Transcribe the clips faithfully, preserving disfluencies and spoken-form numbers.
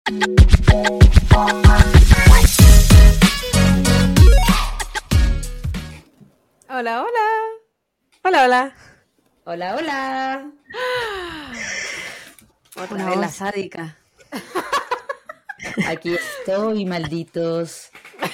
Hola, hola. Hola, hola. Hola, hola. Otra Una vez la voz. sádica. Aquí estoy, malditos.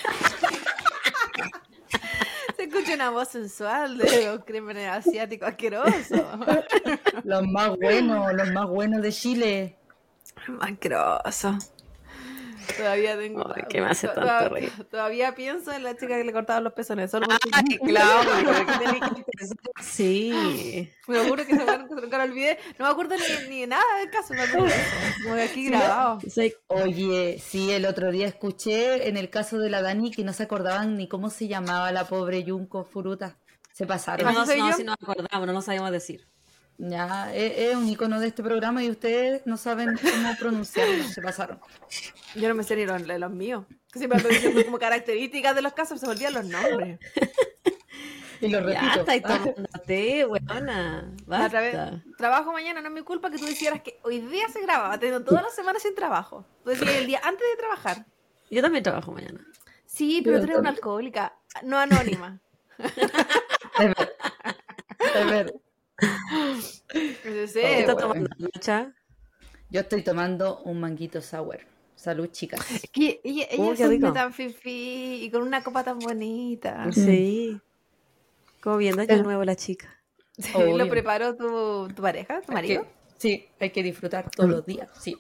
Se escucha una voz sensual de los crímenes asiáticos asquerosos. Los más buenos, los más buenos de Chile. Asqueroso. Todavía tengo. Ay, ¿qué me hace to- tanto to- reír? Todavía pienso en la chica que le cortaban los pezones. Solo porque Ay, claro, ¿por qué tenés que empezar así? me juro que se me nunca lo olvidé. No me acuerdo ni, ni de nada del caso, me acuerdo de eso. Como de aquí Sí, ¿no? grabado. Soy- Oye, sí, el otro día escuché en el caso de la Dani que no se acordaban ni cómo se llamaba la pobre Junko Furuta. Se No, pasaron. ¿Así no, soy no, yo? si nos acordamos, no lo sabíamos decir. Ya, es, es un icono de este programa y ustedes no saben cómo pronunciarlo. Se pasaron. Yo no me sé ni los, los míos. Siempre ando diciendo como características de los casos, se me olvidan los nombres. Y lo Ya, repito. estáis tomando té, weona. La otra vez, Basta. trabajo mañana, no es mi culpa que tú decieras que hoy día se grababa, teniendo todas las semanas sin trabajo. Tú decías el día antes de trabajar. Yo también trabajo mañana. Sí, pero Yo tú eres una también. alcohólica, no anónima. Es ver. Es ver. Yo sé, ¿Qué Oh, estás bueno. tomando, Nacha? Yo estoy tomando un manguito sour. Salud, chicas. que ella, ella Uy, qué es rico. tan fifi y con una copa tan bonita. Sí. Como viendo año nuevo la chica. Sí, Obvio. ¿lo preparó tu, tu pareja, tu Hay marido? que- sí, hay que disfrutar todos los días, sí.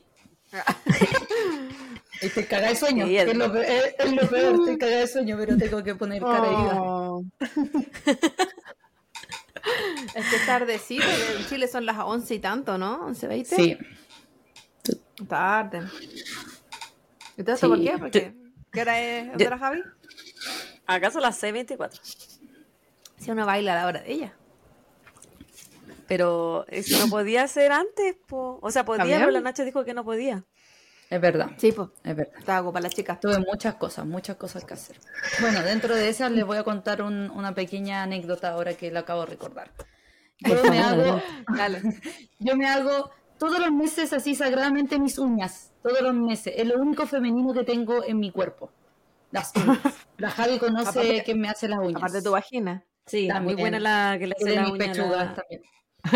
Y te caga de sueño, Sí, que el- es, lo peor, es, es lo peor, estoy cagada de sueño, pero tengo que poner cara y vida. Oh. Es que es tardecito, en Chile son las once y tanto, ¿no? once veinte. Sí, Tarde. ¿Y todo esto Sí. por qué? Porque, ¿qué hora es Yo- hora, Javi? ¿Acaso las seis veinticuatro? Si uno baila a la hora de ella. Pero eh, si no podía ser antes, po. O sea, podía, ¿También? pero la Nacha dijo que no podía. es verdad, Sí, pues. es verdad. Estaba ocupada la chica. Tuve muchas cosas, muchas cosas que hacer. Bueno, dentro de esas les voy a contar un- una pequeña anécdota ahora que la acabo de recordar. Yo Por me favor, hago, Dale. yo me hago todos los meses así sagradamente mis uñas, todos los meses. Es lo único femenino que tengo en mi cuerpo. Las uñas. La Javi conoce Aparte- quién me hace las uñas. Aparte de tu vagina. Sí, También. muy buena la que le Y hace de la mis uña. a pechugas La... también.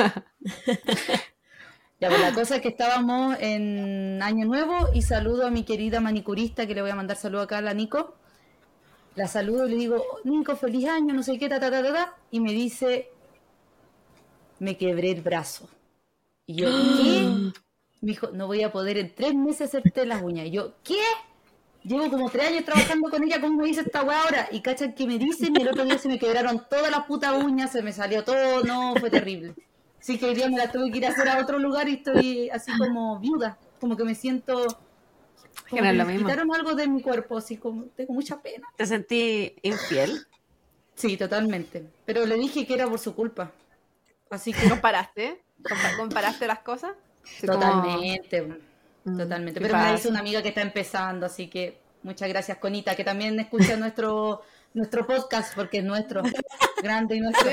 Ya, pues la cosa es que estábamos en Año Nuevo y saludo a mi querida manicurista, que le voy a mandar saludo acá a la Nico. La saludo y le digo, "Oh, Nico, feliz año, no sé qué, ta, ta, ta, ta, ta", y me dice, me quebré el brazo. Y yo, ¿qué? Me dijo, no voy a poder en tres meses hacerte las uñas. Y yo, ¿qué? Llevo como tres años trabajando con ella, ¿cómo me dice esta weá ahora? Y cachan que me dicen, y el otro día se me quebraron todas las putas uñas, se me salió todo, no, fue terrible. Así que hoy día me las tuve que ir a hacer a otro lugar y estoy así como viuda, como que me siento, como Que no que es lo me mismo. quitaron algo de mi cuerpo, así como, tengo mucha pena. ¿Te sentí infiel? Sí, totalmente, pero le dije que era por su culpa, así que ¿Comparaste? Compa- ¿Comparaste las cosas? Sí, como- totalmente, Mm, totalmente, ¿qué pero me la pasa? hizo una amiga que está empezando, así que muchas gracias, Conita, que también escucha nuestro nuestro podcast, porque es nuestro, grande y nuestro.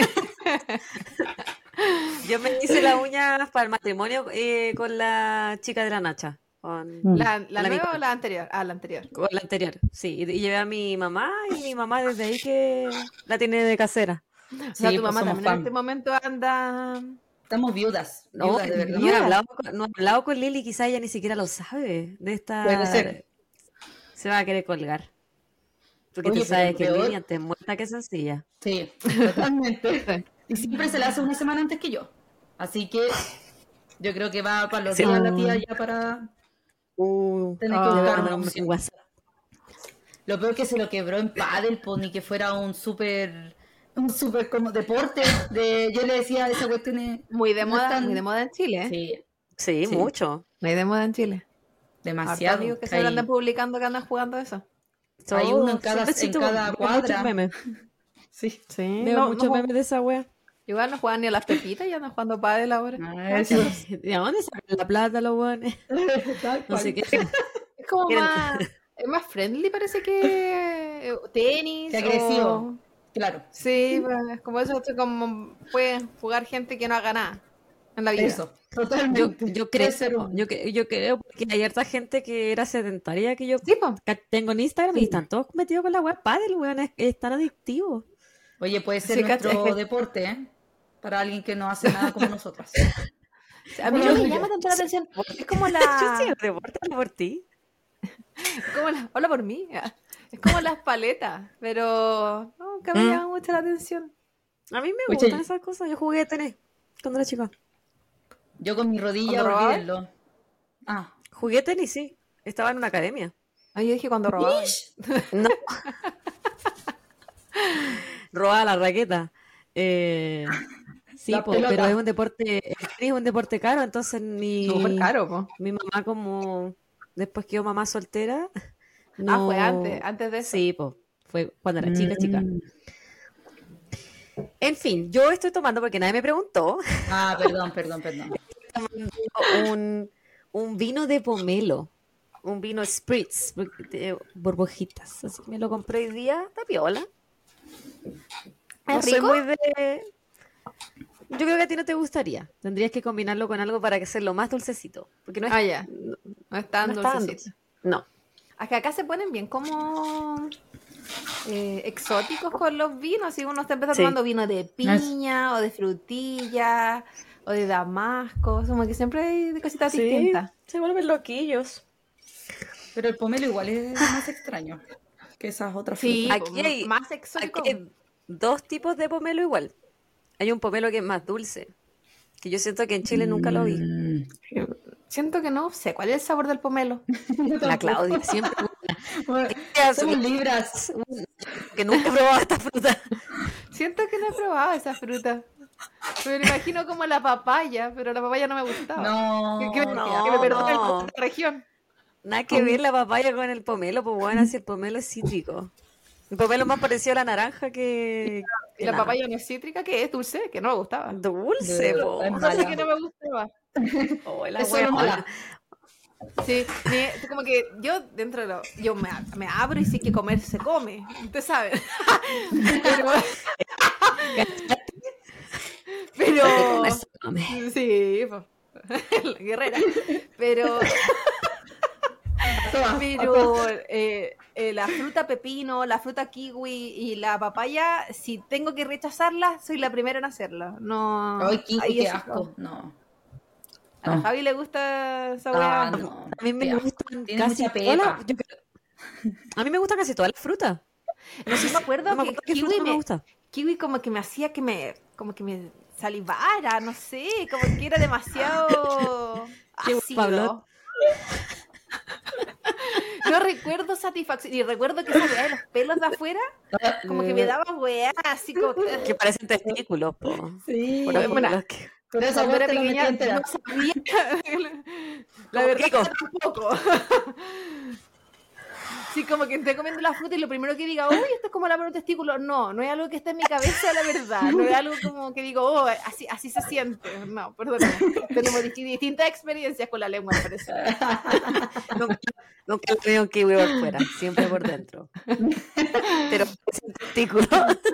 Yo me hice las uñas para el matrimonio eh, con la chica de la Nacha. Con, ¿La, la La nueva Nicole. o la anterior? Ah, la anterior. con la anterior, sí. Y, y llevé a mi mamá y mi mamá desde ahí que la tiene de casera. O sea, Sí, tu pues mamá somos también en fan. este momento anda... Estamos viudas, No, viudas de verdad. no he hablado, con- no he hablado con Lili, quizá ella ni siquiera lo sabe. De esta Puede ser. se va a querer colgar. Porque Oye, tú pero sabes lo que peor- Lili antes muerta que sencilla. Sí, totalmente. Y siempre se la hace una semana antes que yo. Así que yo creo que va para los Sí. días la tía ya para Uh, tener que Ah. le voy a buscar mandar una un, opción. un WhatsApp. Lo peor que se lo quebró en pádel, pues, ni que fuera un súper, un súper como deporte. De, yo le decía, esa cuestión es... Muy de no moda, es tan- muy de moda en Chile, ¿eh? Sí, Sí, Sí. mucho. Muy de moda en Chile. Hartos demasiado. amigos que se Hay, andan publicando que andan jugando eso. hay uno en Todo. cada, Siempre en siento- cada veo cuadra. muchos memes. Sí. Sí, Veo no, muchos no, memes de esa wea. igual no juegan ni a las pepitas y andan jugando pádel ahora. Ah, eso. ¿De dónde sacan la plata los weones? Tal No cual. sé qué. Es como Quieren- más, es más friendly, parece que eh, tenis. Qué agresivo. o- Claro. Sí, pues, es como eso, es como pueden jugar gente que no haga nada en la vida. Eso. Yo, Totalmente. yo Puede creo, ser un- yo, que- yo creo que hay harta gente que era sedentaria que yo Sí, po. ca- tengo en Instagram y Sí. están todos metidos con la web pádel, weón, es, es tan adictivo. Oye, puede ser Sí, cacha, nuestro es que- deporte, ¿eh? Para alguien que no hace nada como nosotras. A mí no Bueno, me yo- llama tanto la atención. Es como Yo sí, la... el deporte hablo por ti. como la... Habla por mí. Es como las paletas, pero nunca me Mm. llama mucho la atención. A mí me Oye, gustan esas cosas. Yo jugué tenis cuando era chica. Yo con mi rodilla, ¿Cuándo robaba? olvídenlo. Ah. Jugué tenis, sí. Estaba en una academia. Ay, yo dije cuando robaba. No. Robaba la raqueta. Eh, sí, La po, pelota. pero es un deporte, el tenis es un deporte caro, entonces mi, Súper caro, po. mi mamá como después quedó mamá soltera, Ah, no... fue antes, antes de eso. Sí, po, fue cuando era chica, chica. Mm. En fin, yo estoy tomando porque nadie me preguntó Ah, perdón, perdón, perdón. un, un vino de pomelo, un vino spritz de burbujitas, así que me lo compré hoy día, está piola. No ¿Es soy rico? muy de... Yo creo que a ti no te gustaría. Tendrías que combinarlo con algo para que sea lo más dulcecito. Porque no es... Ah, ya. no, No es tan no es tan dulcecito. dulce. No. Es que acá se ponen bien como eh, exóticos con los vinos. Si uno está empezando Sí. tomando vino de piña o de frutilla o de damasco, como que siempre hay de cositas Sí, distintas. se vuelven loquillos. Pero el pomelo igual es más extraño que esas otras Sí, frutas. Aquí po, hay- más exótico. Aquí hay dos tipos de pomelo igual. Hay un pomelo que es más dulce, que yo siento que en Chile nunca lo vi. Mm. Siento que no sé cuál es el sabor del pomelo. Yo La tampoco. Claudia, siempre Bueno, una- somos libras. que nunca he probado esta fruta. Siento que no he probado esa fruta. Me lo imagino como la papaya, pero la papaya no me gustaba. No, Que, que me, no. que me perdone el de la región. Nada que ver la papaya con el pomelo, pues bueno, si el pomelo es cítrico. El pomelo es más parecido a la naranja que... Y que la nada. papaya no es cítrica, que es dulce, que no me gustaba. Dulce, po. Es No mala. sé que no me gustaba. Oh, la Es solo wea mala. Sí, me- como que yo dentro de lo, yo me, me abro y sí que comer se come, usted sabe. Pero, pero Comer se come. sí, po. La guerrera. Pero, Toma, pero eh, eh, la fruta pepino, la fruta kiwi y la papaya, si tengo que rechazarla, soy la primera en hacerlo. No. Ay, kiwi, ahí qué es- asco. No. A la No. Javi le gusta esa Ah, weá. no. A mí me Qué asco. gustan Tiene casi mucha todas las- pepa. yo creo- A mí me gustan casi todas las frutas. No sé, me acuerdo No me que acuerdo qué kiwi fruta no me me, gusta. kiwi como que me hacía que me, como que me salivara, no sé, como que era demasiado Qué ácido. Pablo. No recuerdo satisfacción, y recuerdo que esa weá de los pelos de afuera, como que me daba weá, así como que... Que parecen testículos, po. Sí. Por ahí, Bueno, por los que- Pero esa Cuando weá era te la metí pequeña entera. no sabía, la Como verdad Kiko. que tampoco. Sí, como que estoy comiendo la fruta y lo primero que diga, uy, esto es como la mano testículo. No, no es algo que esté en mi cabeza, la verdad. No es algo como que digo, oh, así, así se siente. No, perdóname. Tenemos disti- distintas experiencias con la lengua, me parece. Nunca, nunca he tenido un kiwi por fuera, siempre por dentro. Pero parecen testículos.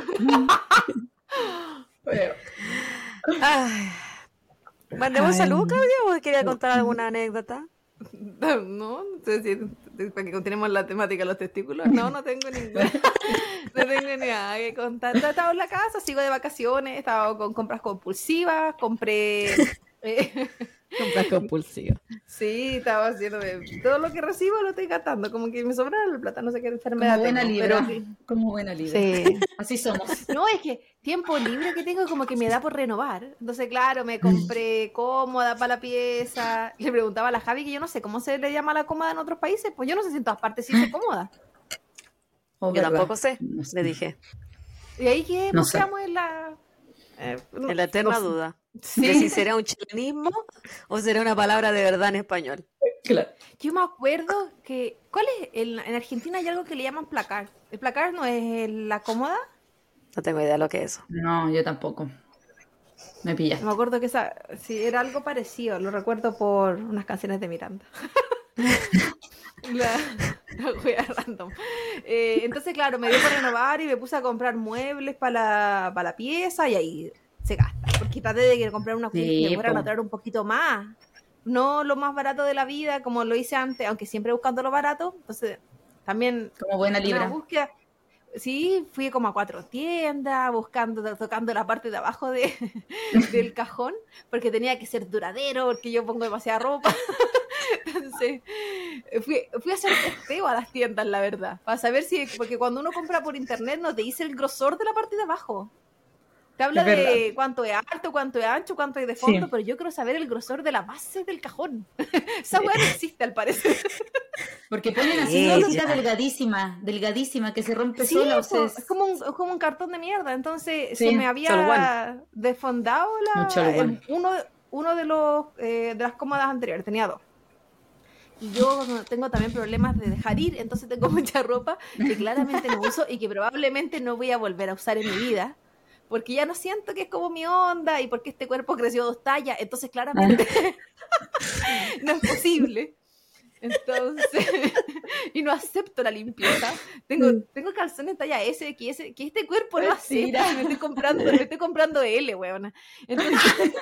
Bueno, Ay. ¿Mandemos Ay. salud, Claudia, o quería contar alguna anécdota? No, no sé si para que continuemos la temática de los testículos. No, no tengo ninguna. No tengo ni nada que contar. He estado en la casa, sigo de vacaciones, he estado con compras compulsivas, compré. eh, Compras compulsivas. sí, estaba haciendo de- todo lo que recibo lo estoy gastando, como que me sobra la plata, no sé qué enfermedad como buena tengo, libra. pero- Como buena libra. Sí. Así somos. No, es que tiempo libre que tengo como que me da por renovar. Entonces, claro, me compré cómoda para la pieza. Le preguntaba a la Javi que yo no sé cómo se le llama la cómoda en otros países. Pues yo no sé si en todas partes sí se cómoda. Oh, Yo ¿verdad? tampoco sé, No sé. le dije. Y ahí que No sé. buscamos en la... eh, no- En la eterna no sé. duda. Sí. De si será un chilenismo o será una palabra de verdad en español. Claro. Yo me acuerdo que... ¿Cuál es? En, en Argentina hay algo que le llaman placar. ¿El placar no es la cómoda? No tengo idea de lo que es eso. No, yo tampoco. Me pillaste. Me acuerdo que esa, sí, era algo parecido. Lo recuerdo por unas canciones de Miranda. La, la wea random. Eh, entonces, claro, me dio por renovar y me puse a comprar muebles para la, para la pieza y ahí se gasta. Porque que traté de comprar una cuestión Sí, que me fuera a po. notar un poquito más. No lo más barato de la vida, como lo hice antes, aunque siempre buscando lo barato. Entonces, también Como buena una libra. búsqueda. Sí, fui como a cuatro tiendas, buscando, tocando la parte de abajo de, del cajón, porque tenía que ser duradero, porque yo pongo demasiada ropa. Entonces, fui, fui a hacer testeo a las tiendas, la verdad, para saber si, porque cuando uno compra por internet no te dice el grosor de la parte de abajo. Te habla Es verdad. de cuánto es alto, cuánto es ancho, cuánto hay de fondo, Sí. pero yo quiero saber el grosor de la base del cajón. Esa weá no existe, al parecer. Porque ponen así Ella. una cosita delgadísima, delgadísima, que se rompe Sí, sola. O po, sea, es como un, es como un cartón de mierda. Entonces Sí, se me Cholguán. había desfondado un la, cholguán. el- uno, uno de los eh, de las cómodas anteriores, tenía dos. Y yo tengo también problemas de dejar ir, entonces tengo mucha ropa que claramente no uso y que probablemente no voy a volver a usar en mi vida, porque ya no siento que es como mi onda y porque este cuerpo creció dos tallas, entonces claramente no es posible. Entonces, y no acepto la limpieza. Tengo, tengo calzones talla S, X S, que este cuerpo no Mentira. acepta. Si me estoy comprando, me estoy comprando L, weona. Entonces,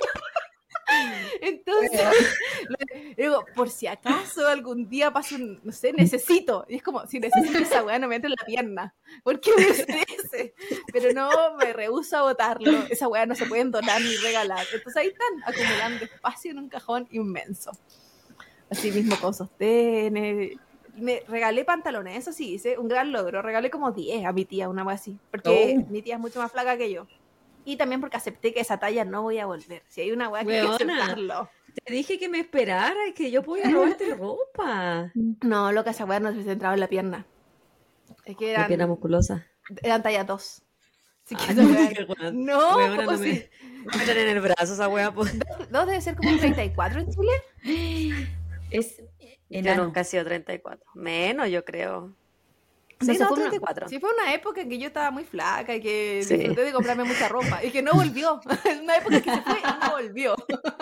entonces le digo, por si acaso algún día paso un, no sé, necesito. Y es como, si necesito esa weá, no me entra en la pierna. ¿Por qué voy a hacer ese? Pero no, me rehúso a botarlo. Esa weá no se pueden donar ni regalar. Entonces ahí están, acumulando espacio en un cajón inmenso. Así mismo con sostenes. Me regalé pantalones, eso sí, hice un gran logro. Regalé como diez a mi tía, una vez así. Porque Oh. mi tía es mucho más flaca que yo. Y también porque acepté que esa talla no voy a volver. Si hay una weá que hay que Weona. aceptarlo. Te dije que me esperara y que yo podía robarte ropa. No, loca, esa weá no se centraba en la pierna. Es que La pierna eran, musculosa. eran talla dos. Así que Ah, esa no, weá- qué weona. no, Weona, no pues me, sí. me metan en el brazo esa wea. Pues. Dos debe ser como un treinta y cuatro en Chile. Es Yo enano. nunca he sido treinta y cuatro. Menos, yo creo. No, Sí, se no, fue una- treinta y cuatro. sí, fue una época en que yo estaba muy flaca y que Sí. disfruté de comprarme mucha ropa y que no volvió. Es una época que se fue y no volvió.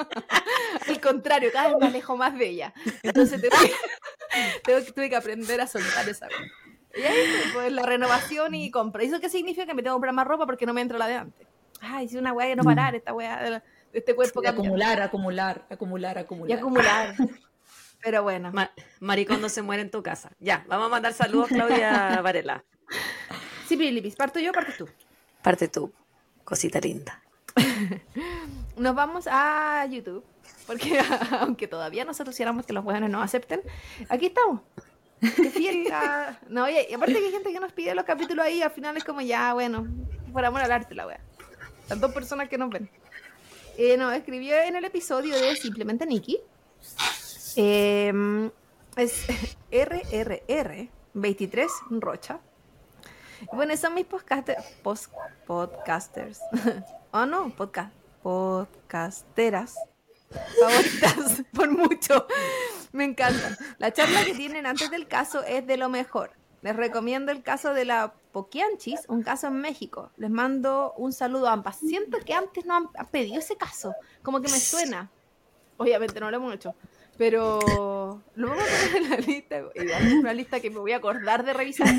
Al contrario, cada vez me alejo más de ella. Entonces tuve que, tuve que- tuve que aprender a soltar esa vez. Y ahí estoy, pues la renovación y compra. ¿Y eso qué significa? Que me tengo que comprar más ropa porque no me entra la de antes. Ay, si una weá de no parar, esta weá de, la- de este cuerpo Y cambiando. acumular, acumular, acumular, Y acumular. acumular. Pero bueno. Ma- Maricondo se muere en tu casa. Ya, vamos a mandar saludos, Claudia Varela. Sí, Pilipis, ¿parto yo o partes tú? Parte tú, cosita linda. Nos vamos a YouTube, porque aunque todavía nosotros quisiéramos que los hueones nos acepten, aquí estamos. Qué fiel a- No, y, y aparte que hay gente que nos pide los capítulos ahí, al final es como ya, bueno, por amor al arte la wea. Las dos personas que nos ven. Eh, no, escribió en el episodio de Simplemente Nikki. Eh, es R R R veintitrés Rocha. Bueno, son mis podcaster, post, podcasters. Oh, no, podcast, podcasteras favoritas, por mucho. Me encantan. La charla que tienen antes del caso es de lo mejor. Les recomiendo el caso de la Poquianchis, un caso en México. Les mando un saludo a ambas. Siento que antes no han, han pedido ese caso. Como que me suena. Obviamente no lo hemos hecho. Pero lo vamos a poner en la lista. Ideal, una lista que me voy a acordar de revisar.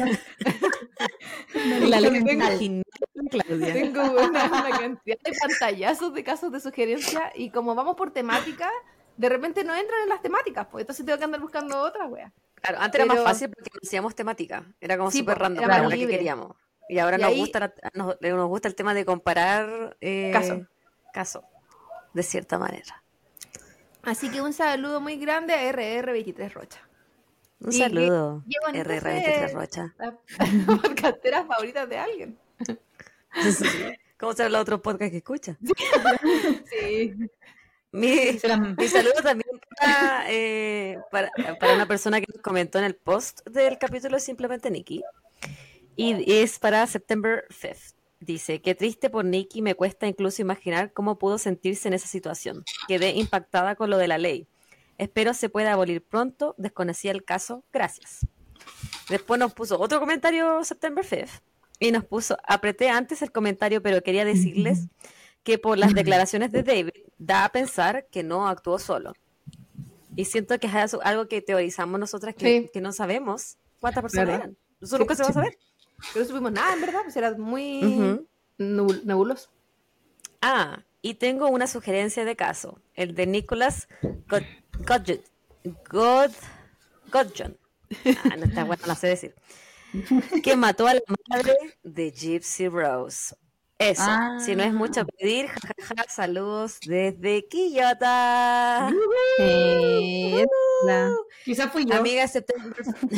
La lista Tengo- original, Claudia. Tengo una, una cantidad de pantallazos de casos de sugerencia y como vamos por temática, de repente no entran en las temáticas, pues entonces tengo que andar buscando otras, wea. Claro, antes era Pero- más fácil porque hacíamos temática. Era como Sí, súper po, random, era más era la que libre. queríamos. Y ahora Y nos, ahí- gusta la- nos, nos gusta el tema de comparar eh, Caso. caso, de cierta manera. Así que un saludo muy grande a R R veintitrés Rocha. Un Y- saludo, y- y bonito R R veintitrés ser- Rocha. Las podcasteras favoritas de alguien. ¿Cómo será los otros podcasts que escucha? Sí. Mi, Se las- mi saludo también para, eh, para, para una persona que nos comentó en el post del capítulo de Simplemente Nikki. Y es para September fifth. Dice, qué triste por Nikki, me cuesta incluso imaginar cómo pudo sentirse en esa situación. Quedé impactada con lo de la ley. Espero se pueda abolir pronto. Desconocía el caso. Gracias. Después nos puso otro comentario September fifth. Y nos puso, apreté antes el comentario, pero quería decirles que por las declaraciones de David, da a pensar que no actuó solo. Y siento que es eso- algo que teorizamos nosotras que, Sí. que no sabemos cuántas personas ¿Verdad? eran. Eso nunca se va a saber. Pero no supimos nada, en verdad, pues era muy Ujú. nubul- nebuloso. Ah, y tengo una sugerencia de caso, el de Nicholas God, Godjon. God, Godjon. Ah, no está bueno, no sé decir. Que mató a la madre de Gypsy Rose. Eso, Ah. si no es mucho pedir, jajaja, saludos desde Quillota. Eh, la- Quizás fui yo. Amiga September,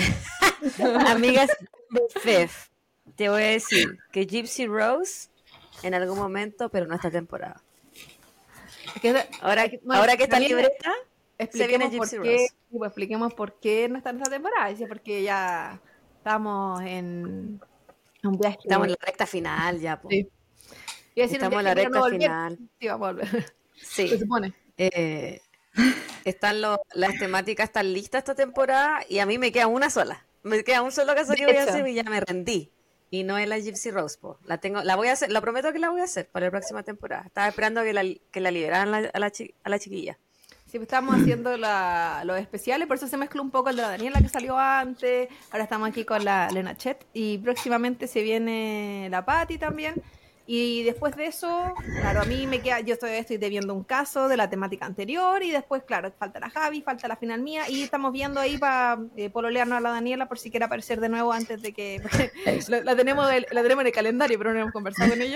amiga September fifth, te voy a decir que Gypsy Rose en algún momento, pero no esta temporada. Es que, Ahora, es que, bueno, ahora que está también libreta, se viene expliquemos por Gypsy qué, Rose. pues, expliquemos por qué no está en esta temporada. Dice porque ya estamos en un viaje. Estamos en la recta final ya, po. Sí. Iba a decir un Estamos en la viaje para recta no volver. final. Sí, vamos a volver. Sí. Se supone. Eh, están lo- las temáticas están listas esta temporada y a mí me queda una sola. Me queda un solo caso De que voy a hecho. hacer y ya me rendí. Y no es la Gypsy Rose, po. La tengo, la voy a hacer, la prometo que la voy a hacer para la próxima temporada. Estaba esperando que la, que la liberaran la- a, la, chi- a la chiquilla. Sí, pues estábamos haciendo la- los especiales, por eso se mezcló un poco el de la Daniela que salió antes. Ahora estamos aquí con la Lena Chet y próximamente se viene la Patti también. Y después de eso, claro, a mí me queda, yo estoy, estoy debiendo un caso de la temática anterior y después, claro, falta la Javi, falta la final mía y estamos viendo ahí para eh, pololearnos a la Daniela por si quiere aparecer de nuevo antes de que... porque la, la tenemos, el- la tenemos en el calendario, pero no hemos conversado con ella.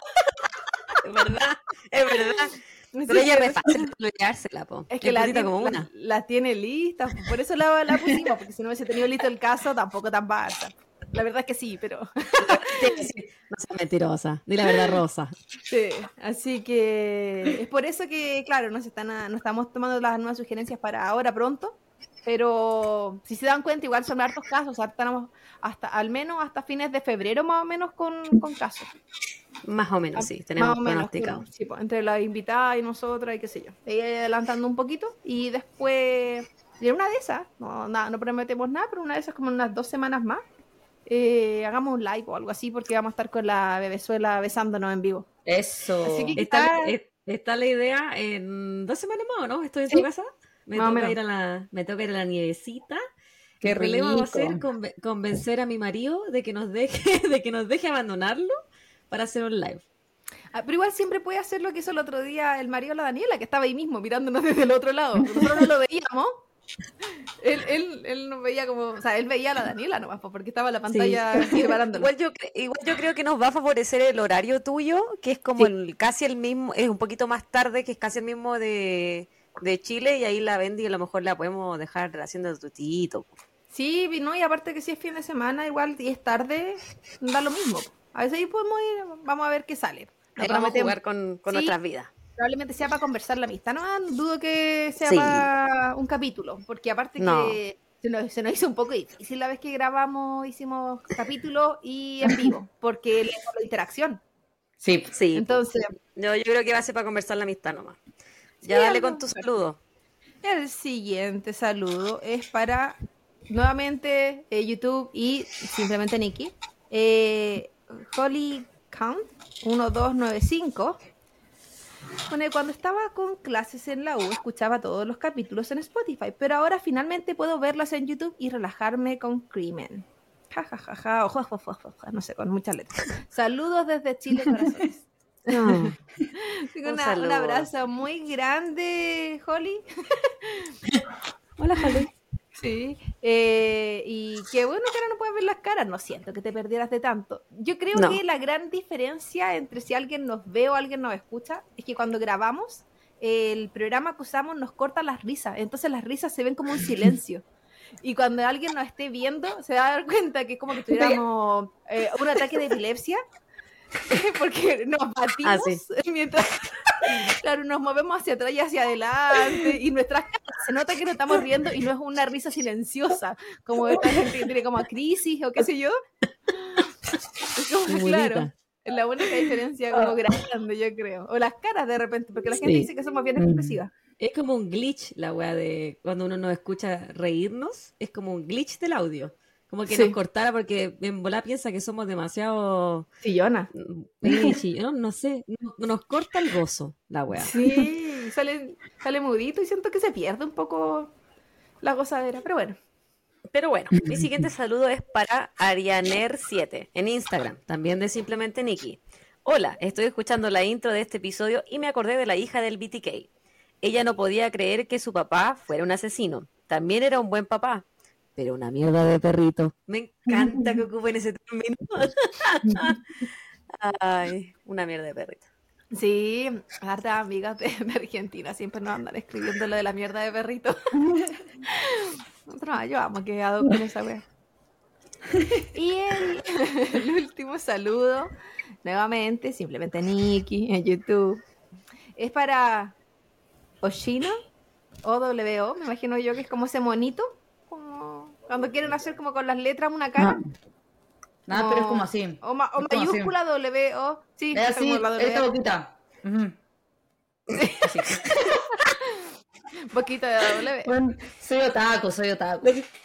Es verdad, es verdad. Así Pero ella que- es fácil de pololeársela, po. Es que la cortita tiene, como la, una. la tiene lista, por eso la, la pusimos, porque si no hubiese tenido listo el caso, tampoco tan basta. La verdad es que sí, pero... No seas mentirosa, di la verdad, Rosa. Sí, así que es por eso que, claro, nos, están a- nos estamos tomando las nuevas sugerencias para ahora pronto, pero si se dan cuenta, igual son hartos casos, o sea, estamos hasta, al menos hasta fines de febrero más o menos con, con casos. Más o menos, sí, Más tenemos o menos, pronosticado. bueno, sí, pues, entre la invitada y nosotras y qué sé yo. Ella adelantando un poquito y después, y en una de esas, no, nada, no prometemos nada, pero una de esas como en unas dos semanas más, eh, hagamos un live o algo así porque vamos a estar con la bebezuela besándonos en vivo. Eso. Así que- Está, Ah. es- está la idea en dos semanas más, ¿o no? Estoy en Sí, tu casa. Me más o toca, menos. ir a la, me toca ir a la nievecita. Qué El problema va a rico. ser conven- convencer a mi marido de que nos deje, de que nos deje abandonarlo para hacer un live. Ah, pero igual siempre puede hacer lo que hizo el otro día el marido de la Daniela, que estaba ahí mismo mirándonos desde el otro lado. Nosotros no lo veíamos. Él, él, él nos veía como, o sea, él veía a la Daniela nomás, pues, porque estaba la pantalla separándola. Igual yo, cre- igual yo creo que nos va a favorecer el horario tuyo, que es como Sí. el, casi el mismo, es un poquito más tarde, que es casi el mismo de, de Chile, y ahí la Bendy a lo mejor la podemos dejar haciendo tutito. Sí, no, y aparte que si es fin de semana, igual y es tarde, da lo mismo. A veces ahí podemos ir, vamos a ver qué sale. No Ahí vamos a prometemos- jugar con, con Sí. nuestras vidas. Probablemente sea para conversar la amistad, no dudo que sea Sí. para un capítulo, porque aparte No. que se nos, se nos hizo un poco difícil la vez que grabamos, hicimos capítulo y en vivo, porque le la interacción. Sí. Sí, Entonces, yo, yo creo que va a ser para conversar la amistad nomás. Ya Sí, dale algo- con tu saludo. el siguiente saludo es para nuevamente eh, YouTube y simplemente Nikki. Eh, Holly Count uno dos nueve cinco. Bueno, cuando estaba con clases en la U escuchaba todos los capítulos en Spotify, pero ahora finalmente puedo verlos en YouTube y relajarme con Crimen. Ja, ja, ja, ja, ojo, ojo, ojo, ojo, no sé, con muchas letras. Saludos desde Chile, corazones. No. Tengo Un una- un saludo. abrazo muy grande, Holly. Hola, Jale. Sí, eh, y qué bueno que ahora no puedes ver las caras. No siento que te perdieras de tanto. Yo creo No. que la gran diferencia entre si alguien nos ve o alguien nos escucha es que cuando grabamos, el programa que usamos nos corta las risas. Entonces las risas se ven como un silencio. Y cuando alguien nos esté viendo, se va a dar cuenta que es como que tuviéramos eh, un ataque de epilepsia. Porque nos batimos Ah, sí. mientras, claro, nos movemos hacia atrás y hacia adelante y nuestras caras se nota que nos estamos riendo y no es una risa silenciosa como esta gente que tiene como crisis o qué sé yo. Es como, Muy claro, bonita. es la única diferencia como grande, yo creo. O las caras de repente, porque la gente Sí. dice que somos bien Mm. expresivas. Es como un glitch la weá de cuando uno nos escucha reírnos, es como un glitch del audio. Como que Sí. nos cortara porque en bola piensa que somos demasiado Sillona. eh, chillón, no sé, no- nos corta el gozo la weá. Sí, sale, sale mudito y siento que se pierde un poco la gozadera, pero bueno. Pero bueno, mi siguiente saludo es para Arianer siete en Instagram, también de Simplemente Nikki. Hola, estoy escuchando la intro de este episodio y me acordé de la hija del B T K. Ella no podía creer que su papá fuera un asesino. También era un buen papá, pero una mierda de perrito. Me encanta que ocupen ese término. Ay, una mierda de perrito. Sí, hartas amigas de, de Argentina siempre nos andan escribiendo lo de la mierda de perrito. No, yo amo que adopten esa wea. Y el, el último saludo, nuevamente, simplemente Nikki en YouTube. Es para Oshino, O W O, me imagino yo que es como ese monito, como cuando quieren hacer como con las letras una cara. No. Nada, pero es como así. O, ma, o Es como mayúscula así. W O. Sí, Es así, como la W. esta boquita. Uh-huh. Así. Un poquito de W. Bueno, soy otaku, soy otaku.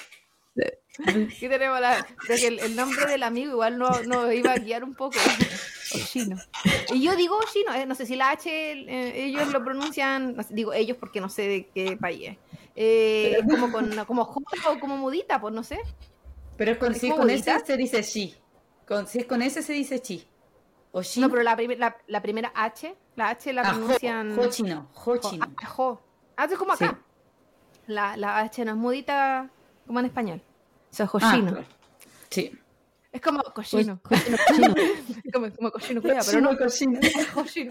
Aquí tenemos la, de que el, el nombre del amigo igual no, no iba a guiar un poco. Oshino. Y yo digo Oshino, eh, no sé si la H eh, ellos lo pronuncian, no sé, digo ellos porque no sé de qué país es. Eh, es como con como J o como mudita, pues no sé. Pero es con, ¿Es si es como con bonita? S se dice shi. Con, si es con S se dice chi. O shi. No, pero la, prim- la, la primera H, la H la Ah, pronuncian. ho, ho chino, ho Jo, chino. ah, jo. Ah, es como acá. Sí. La, la H no es mudita como en español. Eso es Ah, Hoshino. claro. Sí. Es como cochino. Cochino, cochino. Es como, como cochino, cuidado, pero no. Cochino. Es cochino.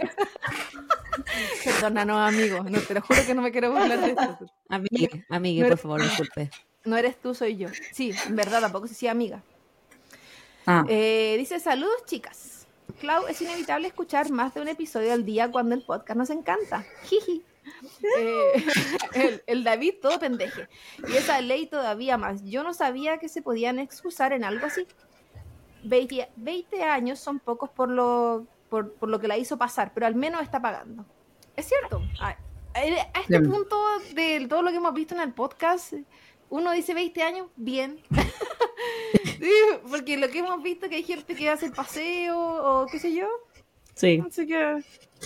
Perdónanos, amigos. No, te lo juro que no me quiero burlar de esto. Amigue, amigue, No por eres- favor, disculpe. No eres tú, soy yo. Sí, en verdad, tampoco sé si amiga. Ah. Eh, dice, saludos, chicas. Clau, es inevitable escuchar más de un episodio al día cuando el podcast nos encanta. Jiji. Eh, el, el David todo pendeje. Y esa ley todavía más. Yo no sabía que se podían excusar en algo así. veinte, veinte años son pocos por lo, por, por lo que la hizo pasar, pero al menos está pagando. Es cierto. A, a- a este Bien. punto de todo lo que hemos visto en el podcast, uno dice veinte años, bien. Sí, porque lo que hemos visto que hay gente que hace el paseo o qué sé yo. Sí. Así que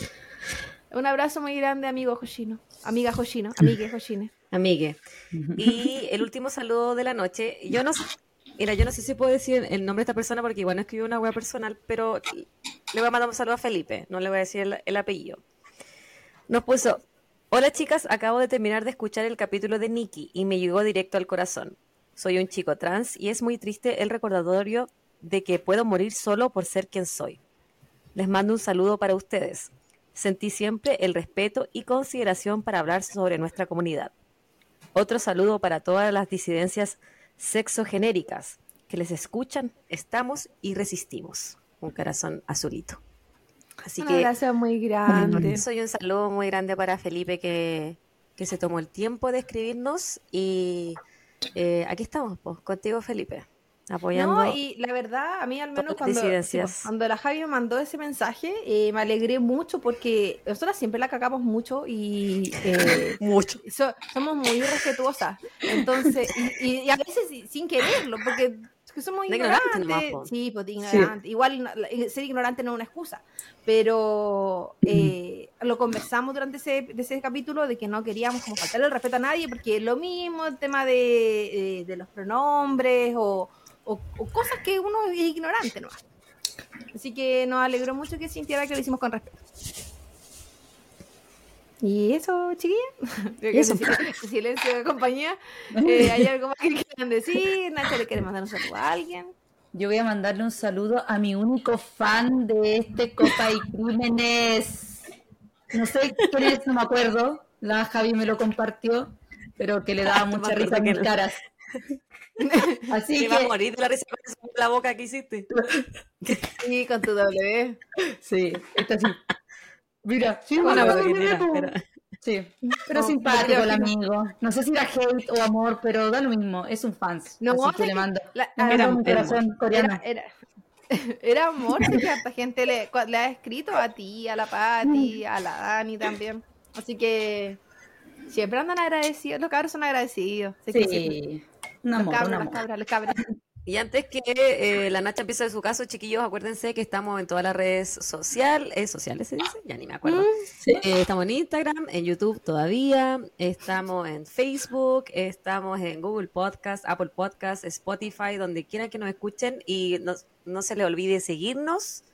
un abrazo muy grande, amigo Hoshino. Amiga Hoshino, amigue Hoshine. Amigue. Y el último saludo de la noche. Yo no sé, mira, yo no sé si puedo decir el nombre de esta persona porque igual no escribió una web personal, pero le voy a mandar un saludo a Felipe, no le voy a decir el, el apellido. Nos puso, hola chicas, acabo de terminar de escuchar el capítulo de Nikki y me llegó directo al corazón. Soy un chico trans y es muy triste el recordatorio de que puedo morir solo por ser quien soy. Les mando un saludo para ustedes. Sentí siempre el respeto y consideración para hablar sobre nuestra comunidad. Otro saludo para todas las disidencias sexogenéricas que les escuchan, estamos y resistimos. Un corazón azulito. Así Un que abrazo muy grande. soy un saludo muy grande para Felipe que, que se tomó el tiempo de escribirnos y eh, aquí estamos, pues, contigo Felipe, apoyando. No, y la verdad, a mí al menos todas las cuando, sí, disidencias. pues, cuando la Javi me mandó ese mensaje, eh, me alegré mucho porque nosotras siempre la cagamos mucho y eh, Mucho. so- somos muy respetuosas. Entonces, y, y- y a veces si- sin quererlo, porque es que somos De ignorante ignorantes. nomás, po. Sí, pues de ignorante. Igual no- la- ser ignorante no es una excusa, pero eh, lo conversamos durante ese, de ese capítulo de que no queríamos como faltarle el respeto a nadie, porque lo mismo el tema de, eh, de los pronombres o, o, o cosas que uno es ignorante nomás. Así que nos alegró mucho que sintiera que lo hicimos con respeto. Y eso, chiquilla. Eso. Ese silencio de compañía. Eh, ¿Hay algo más que quieran decir? Nacha, ¿le quiere mandar un saludo a alguien? Yo voy a mandarle un saludo a mi único fan de este Copa y Crímenes. No sé quién es, no me acuerdo. La Javi me lo compartió, pero que le daba Me mucha acuerdo risa a que mis no. caras. Así Te va a que, morir de la risa con esa la boca que hiciste. Sí, con tu W. sí, está así. Mira, sí, Con la bueno, boca que bueno, tira, bueno. pero- Sí, pero No, simpático no el creo, amigo. No sé si era hate o amor, pero da lo mismo, es un fans. No, así o que sea le que mando, la- le a- mando Era- un era corazón coreano. Era, era, era amor, sí que harta gente le, le ha escrito a ti, a la Patti, a la Dani también. Así que siempre andan agradecidos, los cabros son agradecidos. Así que sí, Sí, un los amor, cabros, un las amor. cabras, los cabros. Y antes que eh, la Nacha empiece de su caso, chiquillos, acuérdense que estamos en todas las redes social, eh, sociales, ¿se dice? Ya ni me acuerdo. Sí. Eh, estamos en Instagram, en YouTube todavía, estamos en Facebook, estamos en Google Podcast, Apple Podcast, Spotify, donde quieran que nos escuchen y no, no se les olvide seguirnos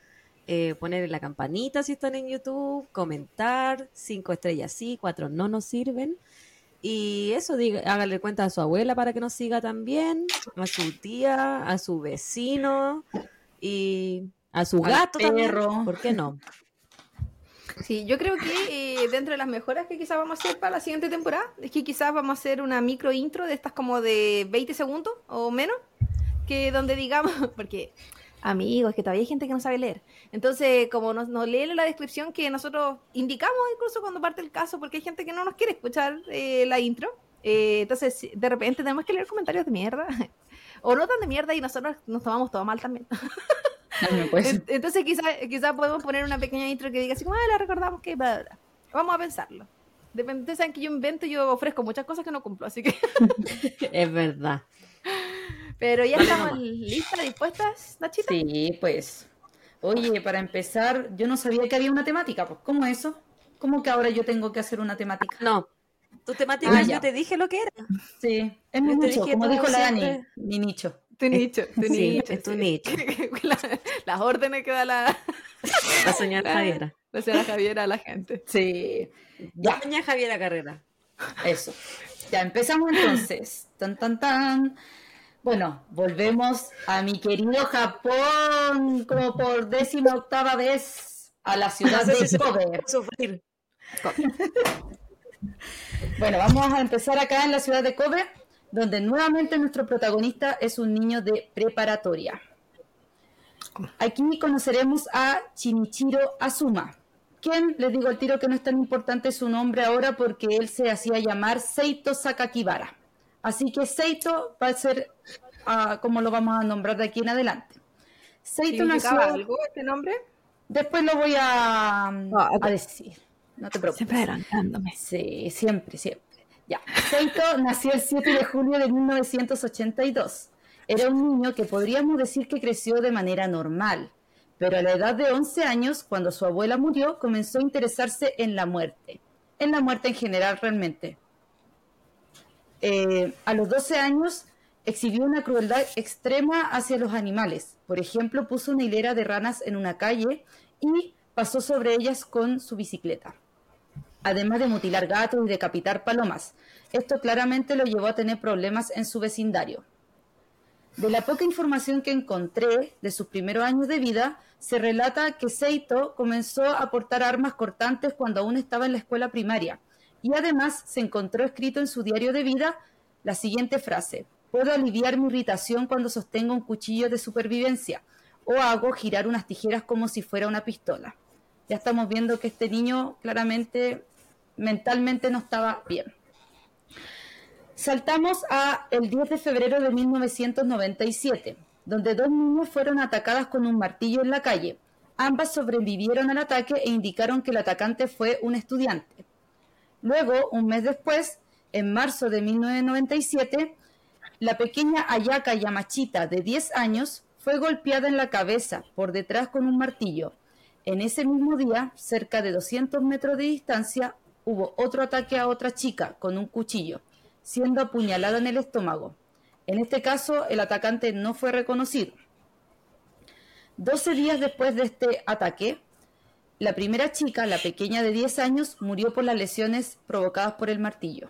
eh, poner la campanita si están en YouTube, comentar, cinco estrellas sí, cuatro no nos sirven. Y eso, diga, hágale cuenta a su abuela para que nos siga también, a su tía, a su vecino y a su Al gato también. perro. ¿Por qué no? Sí, yo creo que eh, dentro de las mejoras que quizás vamos a hacer para la siguiente temporada es que quizás vamos a hacer una micro intro de estas como de veinte segundos o menos, que donde digamos, porque amigos, que todavía hay gente que no sabe leer, entonces como nos, nos leen la descripción que nosotros indicamos incluso cuando parte el caso, porque hay gente que no nos quiere escuchar eh, la intro, eh, entonces de repente tenemos que leer comentarios de mierda, o no tan de mierda y nosotros nos tomamos todo mal también. No, pues. Entonces quizás quizá podemos poner una pequeña intro que diga así como, ah, la recordamos que bla, bla, bla. Vamos a pensarlo. Depende, ustedes saben que yo invento y yo ofrezco muchas cosas que no cumplo, así que... Es verdad. Pero ya Dale estamos nomás. listas, dispuestas, Nachita. Sí, pues. Oye, para empezar, yo no sabía que había una temática, pues, ¿cómo eso? ¿Cómo que ahora yo tengo que hacer una temática? No, tu temática Ah, yo ya. te dije lo que era. Sí, es mi Yo te nicho, dije como todo dijo la Dani, siempre. mi nicho. Tu nicho, tu Sí, nicho. es tu sí. nicho. La- las órdenes que da la, La señora Javiera. la señora Javiera a la gente. Sí, ya, Doña Javiera Carrera. eso. Ya empezamos entonces. Tan, tan, tan. Bueno, volvemos a mi querido Japón, como por décima octava vez, a la ciudad No sé de si se Kobe. puede sufrir. Bueno, vamos a empezar acá en la ciudad de Kobe, donde nuevamente nuestro protagonista es un niño de preparatoria. Aquí conoceremos a Shinichiro Azuma, quien, les digo al tiro que no es tan importante su nombre ahora porque él se hacía llamar Seito Sakakibara. Así que Seito va a ser uh, como lo vamos a nombrar de aquí en adelante. Seito ¿Significaba nació... algo este nombre? Después lo voy a, Ah, ok. a decir, no te preocupes. Siempre adelantándome. Sí, siempre, siempre. Ya. Seito nació el siete de julio de mil novecientos ochenta y dos. Era un niño que podríamos decir que creció de manera normal, pero a la edad de once años, cuando su abuela murió, comenzó a interesarse en la muerte, en la muerte en general realmente. Eh, a los doce años exhibió una crueldad extrema hacia los animales. Por ejemplo, puso una hilera de ranas en una calle y pasó sobre ellas con su bicicleta, además de mutilar gatos y decapitar palomas. Esto claramente lo llevó a tener problemas en su vecindario. De la poca información que encontré de sus primeros años de vida, se relata que Seito comenzó a portar armas cortantes cuando aún estaba en la escuela primaria, y además se encontró escrito en su diario de vida la siguiente frase: puedo aliviar mi irritación cuando sostengo un cuchillo de supervivencia, o hago girar unas tijeras como si fuera una pistola. Ya estamos viendo que este niño claramente mentalmente no estaba bien. Saltamos a el diez de febrero de mil novecientos noventa y siete, donde dos niños fueron atacadas con un martillo en la calle. Ambas sobrevivieron al ataque e indicaron que el atacante fue un estudiante. Luego, un mes después, en marzo de mil novecientos noventa y siete, la pequeña Ayaka Yamachita, de diez años, fue golpeada en la cabeza por detrás con un martillo. En ese mismo día, cerca de doscientos metros de distancia, hubo otro ataque a otra chica con un cuchillo, siendo apuñalada en el estómago. En este caso, el atacante no fue reconocido. doce días después de este ataque, la primera chica, la pequeña de diez años, murió por las lesiones provocadas por el martillo.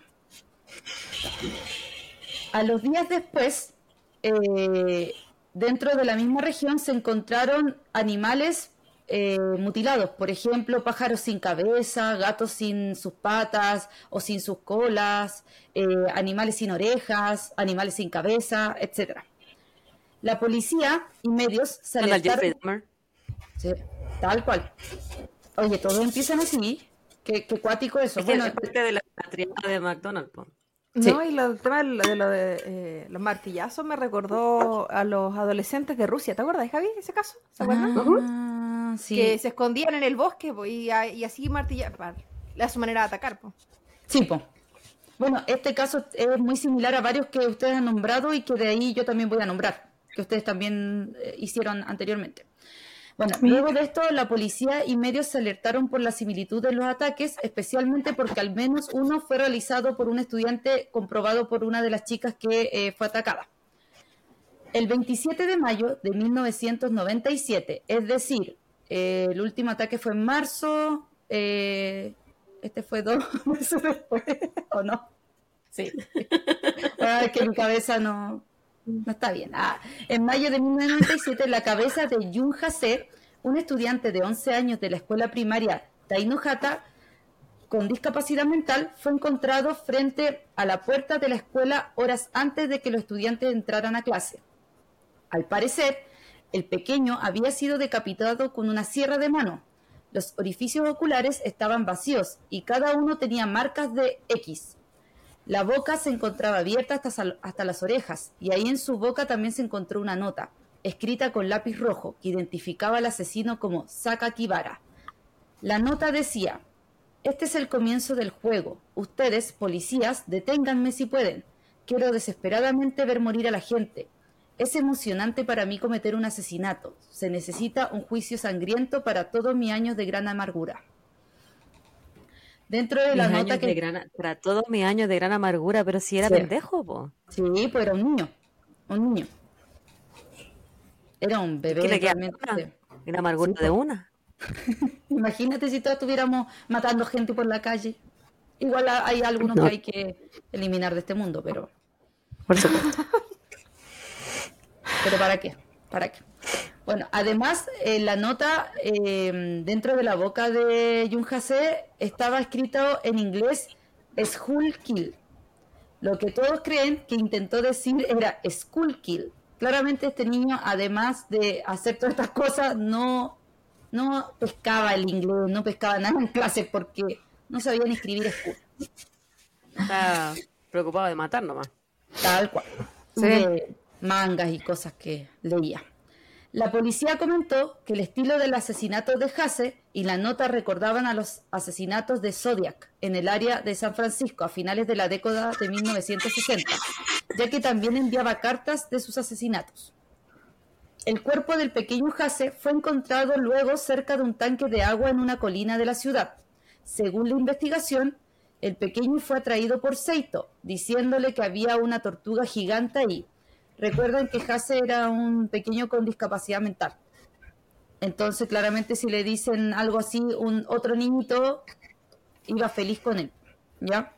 A los días después, eh, dentro de la misma región se encontraron animales eh, mutilados, por ejemplo, pájaros sin cabeza, gatos sin sus patas o sin sus colas, eh, animales sin orejas, animales sin cabeza, etcétera. La policía y medios se Con la alertaron... Jeffrey Dahmer. Sí, tal cual. Oye, todos empiezan así. Qué, qué cuático eso. Es que Bueno, es parte de la triada de McDonald's. po. Sí. No, y lo, el tema de lo de, lo de eh, los martillazos me recordó a los adolescentes de Rusia. ¿Te acuerdas, Javi, ese caso? ¿Se acuerdan? Ah, sí. Que se escondían en el bosque po, y, a- y así martillaban. A su manera de atacar. Po. Sí, po. Bueno, este caso es muy similar a varios que ustedes han nombrado y que de ahí yo también voy a nombrar, que ustedes también eh, hicieron anteriormente. Bueno, luego de esto, la policía y medios se alertaron por la similitud de los ataques, especialmente porque al menos uno fue realizado por un estudiante comprobado por una de las chicas que eh, fue atacada. El veintisiete de mayo de mil novecientos noventa y siete, es decir, Eh, el último ataque fue en marzo. Eh, este fue dos meses después, ¿o no? Sí. Ah, es que mi cabeza no, no está bien. Ah, en mayo de mil novecientos noventa y siete, la cabeza de Jun Hase, un estudiante de once años de la escuela primaria Tainohata, con discapacidad mental, fue encontrado frente a la puerta de la escuela horas antes de que los estudiantes entraran a clase. Al parecer, el pequeño había sido decapitado con una sierra de mano. Los orificios oculares estaban vacíos y cada uno tenía marcas de X. La boca se encontraba abierta hasta, hasta las orejas, y ahí en su boca también se encontró una nota, escrita con lápiz rojo, que identificaba al asesino como Sakakibara. La nota decía: este es el comienzo del juego. Ustedes, policías, deténganme si pueden. Quiero desesperadamente ver morir a la gente. Es emocionante para mí cometer un asesinato. Se necesita un juicio sangriento para todos mis años de gran amargura. Dentro de la Mis nota años que... de gran, para todos mis años de gran amargura, pero si era Sí. pendejo, po. Sí, pues era un niño. Un niño. Era un bebé ¿Qué le queda realmente. una? Una amargura Sí, de pues. una. Imagínate si todos estuviéramos matando gente por la calle. Igual hay algunos No. que hay que eliminar de este mundo, pero... Por supuesto. ¿Pero para qué? ¿Para qué? Bueno, además, eh, la nota eh, dentro de la boca de Jun Hase estaba escrito en inglés School Kill. Lo que todos creen que intentó decir era School Kill. Claramente este niño, además de hacer todas estas cosas, no, no pescaba el inglés, no pescaba nada en clase porque no sabía ni escribir school. Está preocupado de matar nomás. Tal cual. Sí. De mangas y cosas que leía. La policía comentó que el estilo del asesinato de Hase y la nota recordaban a los asesinatos de Zodiac en el área de San Francisco a finales de la década de mil novecientos sesenta, ya que también enviaba cartas de sus asesinatos. El cuerpo del pequeño Hase fue encontrado luego cerca de un tanque de agua en una colina de la ciudad. Según la investigación, el pequeño fue atraído por Seito, diciéndole que había una tortuga gigante ahí. Recuerden que Hase era un pequeño con discapacidad mental. Entonces, claramente, si le dicen algo así, un otro niñito iba feliz con él, ¿ya?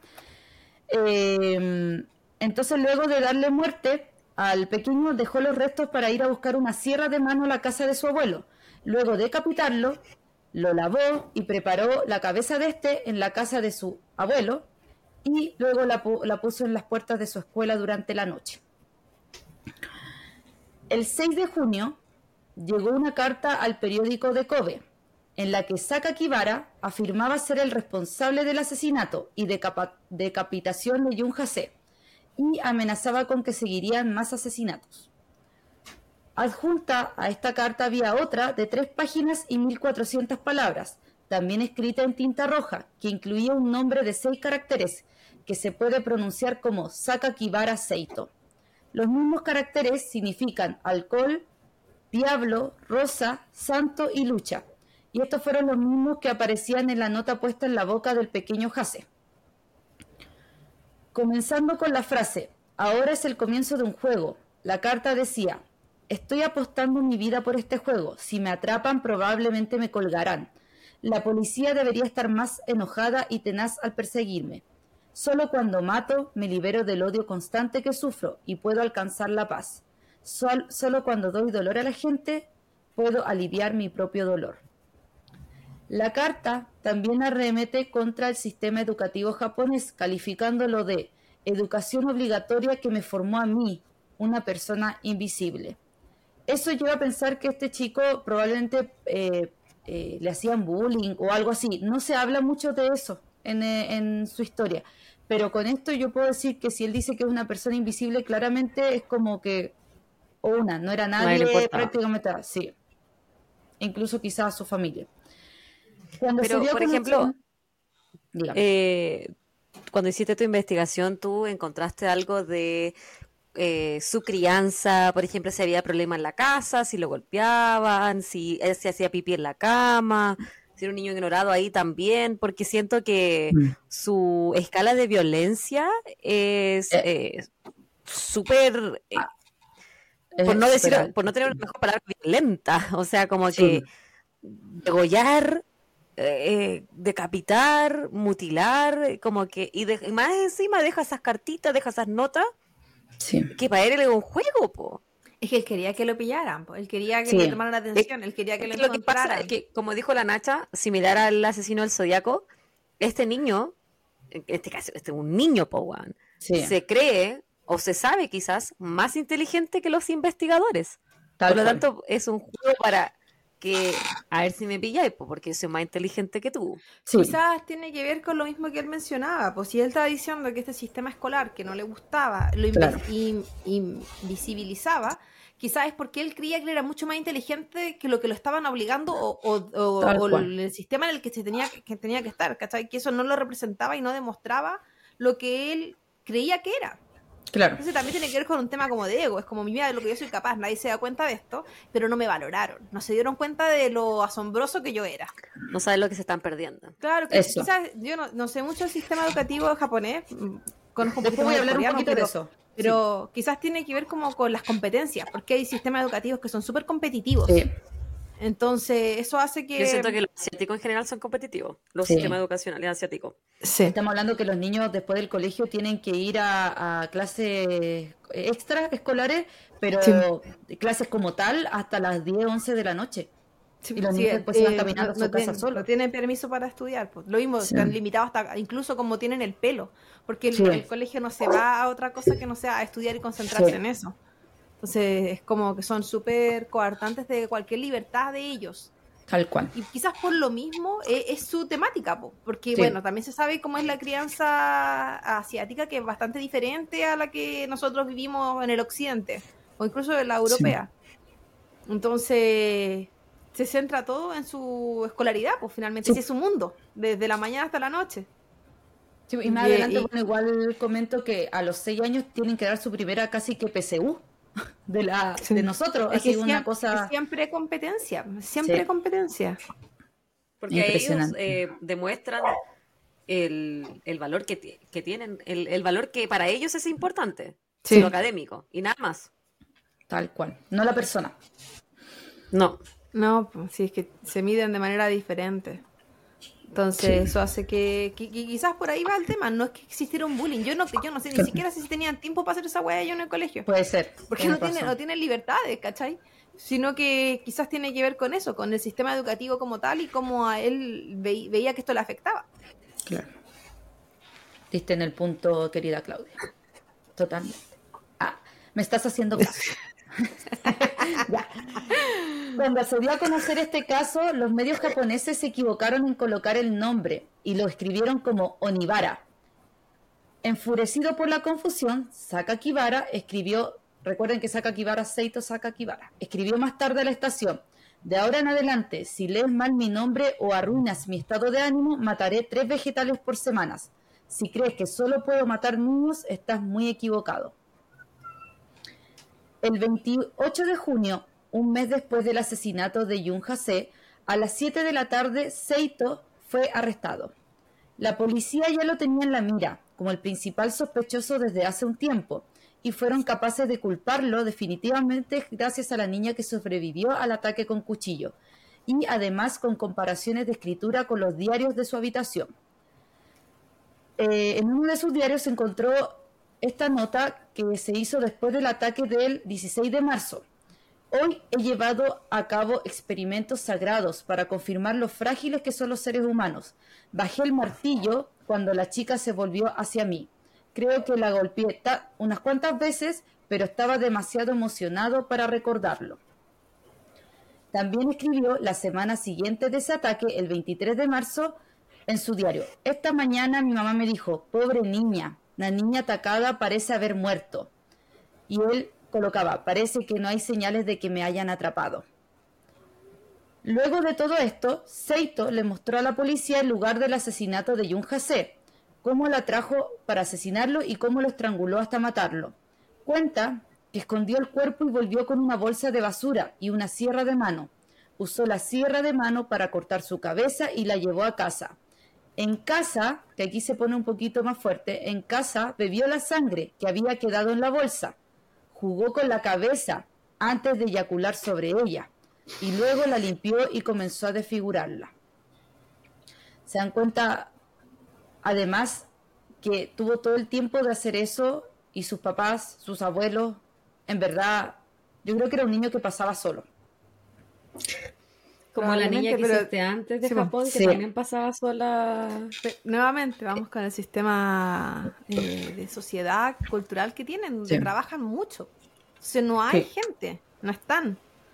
Eh, entonces, luego de darle muerte al pequeño, dejó los restos para ir a buscar una sierra de mano a la casa de su abuelo. Luego de decapitarlo, lo lavó y preparó la cabeza de este en la casa de su abuelo y luego la, pu- la puso en las puertas de su escuela durante la noche. El seis de junio llegó una carta al periódico de Kobe en la que Sakakibara afirmaba ser el responsable del asesinato y decapa- decapitación de Jun Hase y amenazaba con que seguirían más asesinatos. Adjunta a esta carta había otra de tres páginas y mil cuatrocientas palabras, también escrita en tinta roja, que incluía un nombre de seis caracteres que se puede pronunciar como Sakakibara Seito. Los mismos caracteres significan alcohol, diablo, rosa, santo y lucha. Y estos fueron los mismos que aparecían en la nota puesta en la boca del pequeño Hase. Comenzando con la frase, ahora es el comienzo de un juego. La carta decía, estoy apostando mi vida por este juego. Si me atrapan, probablemente me colgarán. La policía debería estar más enojada y tenaz al perseguirme. Solo cuando mato me libero del odio constante que sufro y puedo alcanzar la paz. Sol, solo cuando doy dolor a la gente puedo aliviar mi propio dolor. La carta también arremete contra el sistema educativo japonés, calificándolo de educación obligatoria que me formó a mí, una persona invisible. Eso lleva a pensar que este chico probablemente eh, eh, le hacían bullying o algo así. No se habla mucho de eso en, eh, en su historia. Pero con esto yo puedo decir que si él dice que es una persona invisible, claramente es como que, o una, no era nadie, Nadie prácticamente, sí. Incluso quizás su familia. Cuando Pero, se dio por conocer- ejemplo, Dígame. eh, cuando hiciste tu investigación, ¿tú encontraste algo de eh, su crianza? Por ejemplo, si había problema en la casa, si lo golpeaban, si él se hacía pipí en la cama, si era un niño ignorado ahí también, porque siento que Mm. su escala de violencia es Eh. eh, súper, eh, Es por no decir, súper por no tener una mejor palabra, violenta. O sea, como Sí. que degollar, eh, decapitar, mutilar, como que, y, de, y más encima deja esas cartitas, deja esas notas, Sí. que para él era un juego, po. Es que él quería que lo pillaran, po. Él quería que Sí. le tomaran la atención, él quería que Es lo que lo que pasa encontraran. es que, como dijo la Nacha, similar al asesino del Zodíaco, este niño, en este caso, este es un niño, po, weón, Sí. se cree o se sabe quizás más inteligente que los investigadores. Tal Por lo cual. tanto, es un juego para que, a ver si me pilláis, po, porque soy más inteligente que tú. Sí. Quizás tiene que ver con lo mismo que él mencionaba, pues si él estaba diciendo que este sistema escolar que no le gustaba, lo Claro. inve- in- invisibilizaba, quizás es porque él creía que él era mucho más inteligente que lo que lo estaban obligando o, o- o- Tal o cual. el sistema en el que se tenía que, que tenía que estar, ¿cachai? Que eso no lo representaba y no demostraba lo que él creía que era. Claro. Entonces también tiene que ver con un tema como de ego, es como, mira, de lo que yo soy capaz, nadie se da cuenta de esto, pero no me valoraron, no se dieron cuenta de lo asombroso que yo era. No sabes lo que se están perdiendo. Claro, que Eso. quizás yo no, no sé mucho el sistema educativo japonés, mm, conozco un Después poquito voy más a del hablar un coreano, poquito pero, de eso. pero quizás tiene que ver como con las competencias, porque hay sistemas educativos que son súper competitivos. Sí. Entonces, eso hace que... Yo siento que los asiáticos en general son competitivos, los Sí. sistemas educacionales asiáticos. Sí. Estamos hablando que los niños después del colegio tienen que ir a, a clases extra escolares, pero Sí. clases como tal hasta las diez, once de la noche. Sí, Y los sí, niños después se van eh, caminando no, a su no casa tienen, solos. no tienen permiso para estudiar. Pues. Lo mismo, Sí. están limitados hasta incluso como tienen el pelo, porque el, Sí. el colegio no se va a otra cosa que no sea a estudiar y concentrarse Sí. en eso. Entonces es como que son súper coartantes de cualquier libertad de ellos. Tal cual. Y quizás por lo mismo eh, es su temática, po, porque Sí. bueno, también se sabe cómo es la crianza asiática, que es bastante diferente a la que nosotros vivimos en el occidente, o incluso en la europea. Entonces se centra todo en su escolaridad, pues finalmente, Sí. sí es su mundo, desde la mañana hasta la noche. Sí, y más Y- adelante, y- bueno, igual comento que a los seis años tienen que dar su primera casi que P S U de la Sí. de nosotros. Es que Así una siempre, cosa. es siempre competencia, siempre Sí. competencia. Porque ellos Impresionante. eh, demuestran el, el valor que, ti- que tienen, el, el valor que para ellos es importante, Sí. lo académico, y nada más. Tal cual. No la persona. No. No, pues sí, es que se miden de manera diferente. Entonces, Sí. eso hace que, que- que quizás por ahí va el tema. No es que existiera un bullying. Yo no, yo no sé ni siquiera si tenían tiempo para hacer esa weá yo en el colegio. Puede ser. Porque tienes no tienen, razón. no tienen libertades, ¿cachai? Sino que quizás tiene que ver con eso, con el sistema educativo como tal y cómo a él ve- veía que esto le afectaba. Claro. Diste en el punto, querida Claudia. Totalmente. Ah, me estás haciendo caso. Ya. Cuando se dio a conocer este caso, los medios japoneses se equivocaron en colocar el nombre y lo escribieron como Onibara. Enfurecido por la confusión, Sakakibara escribió, recuerden que Sakakibara, Seito Sakakibara, escribió más tarde a la estación: de ahora en adelante, si lees mal mi nombre o arruinas mi estado de ánimo, mataré tres vegetales por semanas. Si crees que solo puedo matar niños, estás muy equivocado. El veintiocho de junio, un mes después del asesinato de Yun Hase, a las siete de la tarde, Seito fue arrestado. La policía ya lo tenía en la mira, como el principal sospechoso desde hace un tiempo, y fueron capaces de culparlo definitivamente gracias a la niña que sobrevivió al ataque con cuchillo, y además con comparaciones de escritura con los diarios de su habitación. Eh, en uno de sus diarios se encontró esta nota que se hizo después del ataque del dieciséis de marzo. Hoy he llevado a cabo experimentos sagrados para confirmar lo frágiles que son los seres humanos. Bajé el martillo cuando la chica se volvió hacia mí. Creo que la golpeé ta- unas cuantas veces, pero estaba demasiado emocionado para recordarlo. También escribió la semana siguiente de ese ataque, el veintitrés de marzo, en su diario: esta mañana mi mamá me dijo, pobre niña, la niña atacada parece haber muerto. Y él colocaba, parece que no hay señales de que me hayan atrapado. Luego de todo esto, Seito le mostró a la policía el lugar del asesinato de Yun Hase, cómo la trajo para asesinarlo y cómo lo estranguló hasta matarlo. Cuenta que escondió el cuerpo y volvió con una bolsa de basura y una sierra de mano. Usó la sierra de mano para cortar su cabeza y la llevó a casa. En casa, que aquí se pone un poquito más fuerte, en casa bebió la sangre que había quedado en la bolsa. Jugó con la cabeza antes de eyacular sobre ella. y luego la limpió y comenzó a desfigurarla. Se dan cuenta, además, que tuvo todo el tiempo de hacer eso y sus papás, sus abuelos, en verdad, yo creo que era un niño que pasaba solo. Como la niña que pero- hiciste antes de sí, Japón, que sí. también pasaba sola. Pe- Nuevamente, vamos con el sistema eh, de sociedad cultural que tienen, donde Sí. trabajan mucho. Entonces no hay Sí. gente, no están.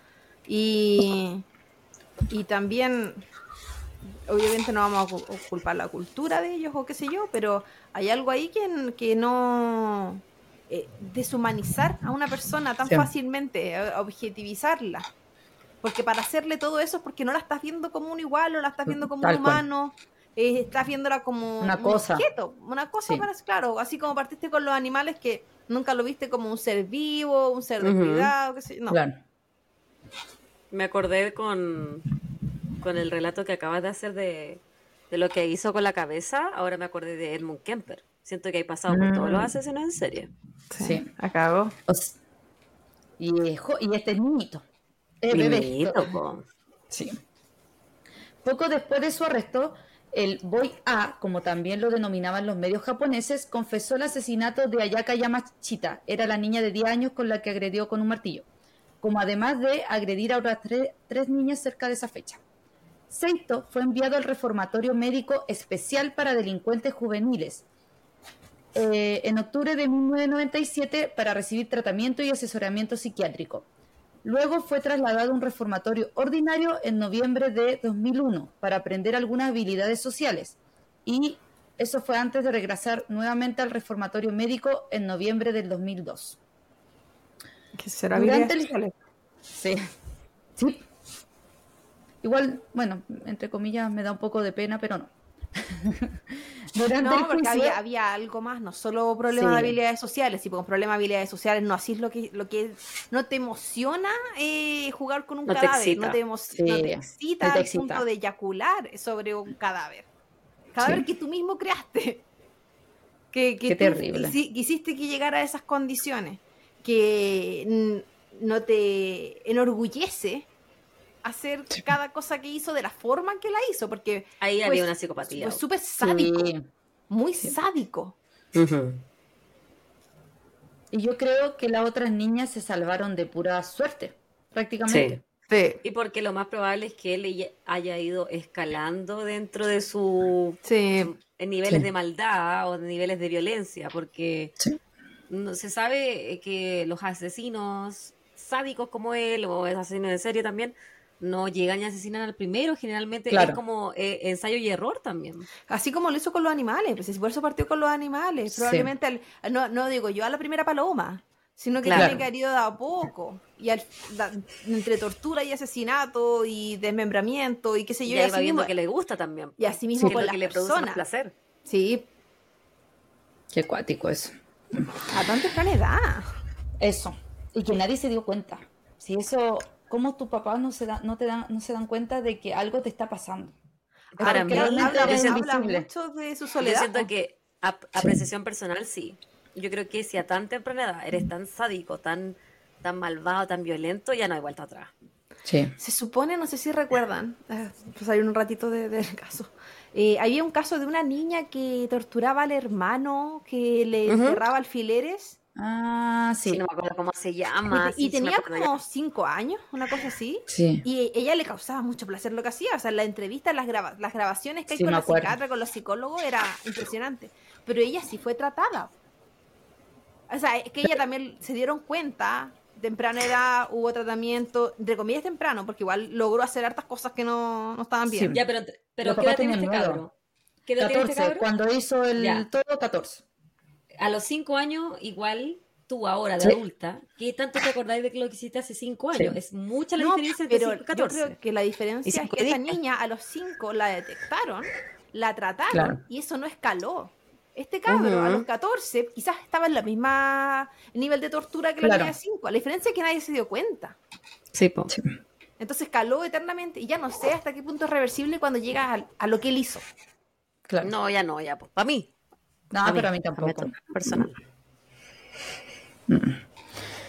Y, y también, obviamente no vamos a cu- culpar la cultura de ellos o qué sé yo, pero hay algo ahí que, que no... eh, deshumanizar a una persona tan Sí. fácilmente, eh, objetivizarla. Porque para hacerle todo eso es porque no la estás viendo como un igual, o la estás viendo como Tal un cual. humano, eh, estás viéndola como Una un cosa. objeto, una cosa Sí. para, claro, así como partiste con los animales que nunca lo viste como un ser vivo, un ser de Ujú. cuidado, qué sé yo, no. Claro. Me acordé con, con el relato que acabas de hacer de, de lo que hizo con la cabeza. Ahora me acordé de Edmund Kemper. Siento que hay pasado por todos los Mm. asesinos en serie. Sí. acabó. O s- y, es jo- y este es niñito. Es bebé. Niñito, po. Sí. Poco después de su arresto, el Boy A, como también lo denominaban los medios japoneses, confesó el asesinato de Ayaka Yamashita. Era la niña de diez años con la que agredió con un martillo, como además de agredir a otras tre- tres niñas cerca de esa fecha. Seito fue enviado al reformatorio médico especial para delincuentes juveniles eh, en octubre de mil novecientos noventa y siete para recibir tratamiento y asesoramiento psiquiátrico. Luego fue trasladado a un reformatorio ordinario en noviembre de dos mil uno para aprender algunas habilidades sociales. Y eso fue antes de regresar nuevamente al reformatorio médico en noviembre del dos mil dos. ¿Qué será Durante habilidades el... sociales? Sí. Sí. Igual, bueno, entre comillas me da un poco de pena, pero no. Durante el No, porque juicio... había, había algo más, no solo problemas de Sí. habilidades sociales, si con problemas de habilidades sociales no así es lo que, lo que no te emociona eh, jugar con un No te cadáver, excita. no te, emo- Sí, no te no excita te al excita. punto de eyacular sobre un cadáver. Cadáver Sí. que tú mismo creaste. Que, que Qué tú terrible. quisi- quisiste que llegara a esas condiciones. Que mm, no te enorgullece hacer cada cosa que hizo de la forma en que la hizo, porque Ahí fue, había una psicopatía. fue súper sádico, Sí. muy Sí. sádico. Ujú. Y yo creo que las otras niñas se salvaron de pura suerte, prácticamente. Sí. Y porque lo más probable es que él ella- haya ido escalando dentro de su Sí. en niveles Sí. de maldad o de niveles de violencia, porque Sí. no, se sabe eh, que los asesinos sádicos como él, o asesinos en serie también, no llegan y asesinan al primero, generalmente Claro. es como eh, ensayo y error también. Así como lo hizo con los animales, pues si por eso partió con los animales. Sí. Probablemente, al- no, no digo yo a la primera paloma, sino que Claro. tiene que haber ido de a poco. Y al- da- entre tortura y asesinato y desmembramiento y qué sé yo, Y y, ahí va así viendo mismo, que le gusta también. y así mismo que es con lo las que le produce más personas. placer. Sí, Qué cuático eso. a tan temprana edad. Eso. Y que nadie se dio cuenta. Si eso, ¿cómo tus papás no se, da, no te dan, no se dan cuenta de que algo te está pasando? Ah, Para porque mí, habla, realmente habla- eres habla invisible. mucho de su Yo soledad. siento po. que a apreciación personal sí. Yo creo que si a tan temprana edad eres tan sádico, tan, tan malvado, tan violento, ya no hay vuelta atrás. Sí. Se supone, no sé si recuerdan, eh, pues hay un ratito de- del caso. Eh, había un caso de una niña que torturaba al hermano, que le Ujú. enterraba alfileres. Ah, Sí, sí. no me acuerdo cómo se Y, llama. te- y sí, sí me tenía acuerdo ya. como cinco años, una cosa así. Sí. Y ella le causaba mucho placer lo que hacía. O sea, la entrevista, las, grava- las grabaciones que hay Sí, con me la acuerdo. psiquiatra, con los psicólogos, era impresionante. Pero ella sí fue tratada. O sea, es que ella también se dieron cuenta, temprana edad, hubo tratamiento, entre comillas temprano, porque igual logró hacer hartas cosas que no, no estaban Sí. bien. Ya, pero, pero Los ¿qué edad papás tiene tenían este miedo. cabro? ¿Qué edad tiene este catorce. cabro? Cuando hizo el Ya. todo, catorce. A los cinco años, igual tú ahora de Sí. adulta, ¿qué tanto te acordáis de lo que hiciste hace cinco Sí. años? Es mucha la No, diferencia entre pero cinco y yo catorce. creo que la diferencia es cinco que esa días. niña a los cinco la detectaron, la trataron Claro. y eso no escaló. Este cabro a Ujú. los catorce quizás estaba en la misma nivel de tortura que la Claro. niña de cinco. La diferencia es que nadie se dio cuenta. Sí, po. Sí. Entonces caló eternamente y ya no sé hasta qué punto es reversible cuando llega a, a lo que él hizo. Claro. No, ya no, ya. Para mí. No, pero a mí tampoco. Personal.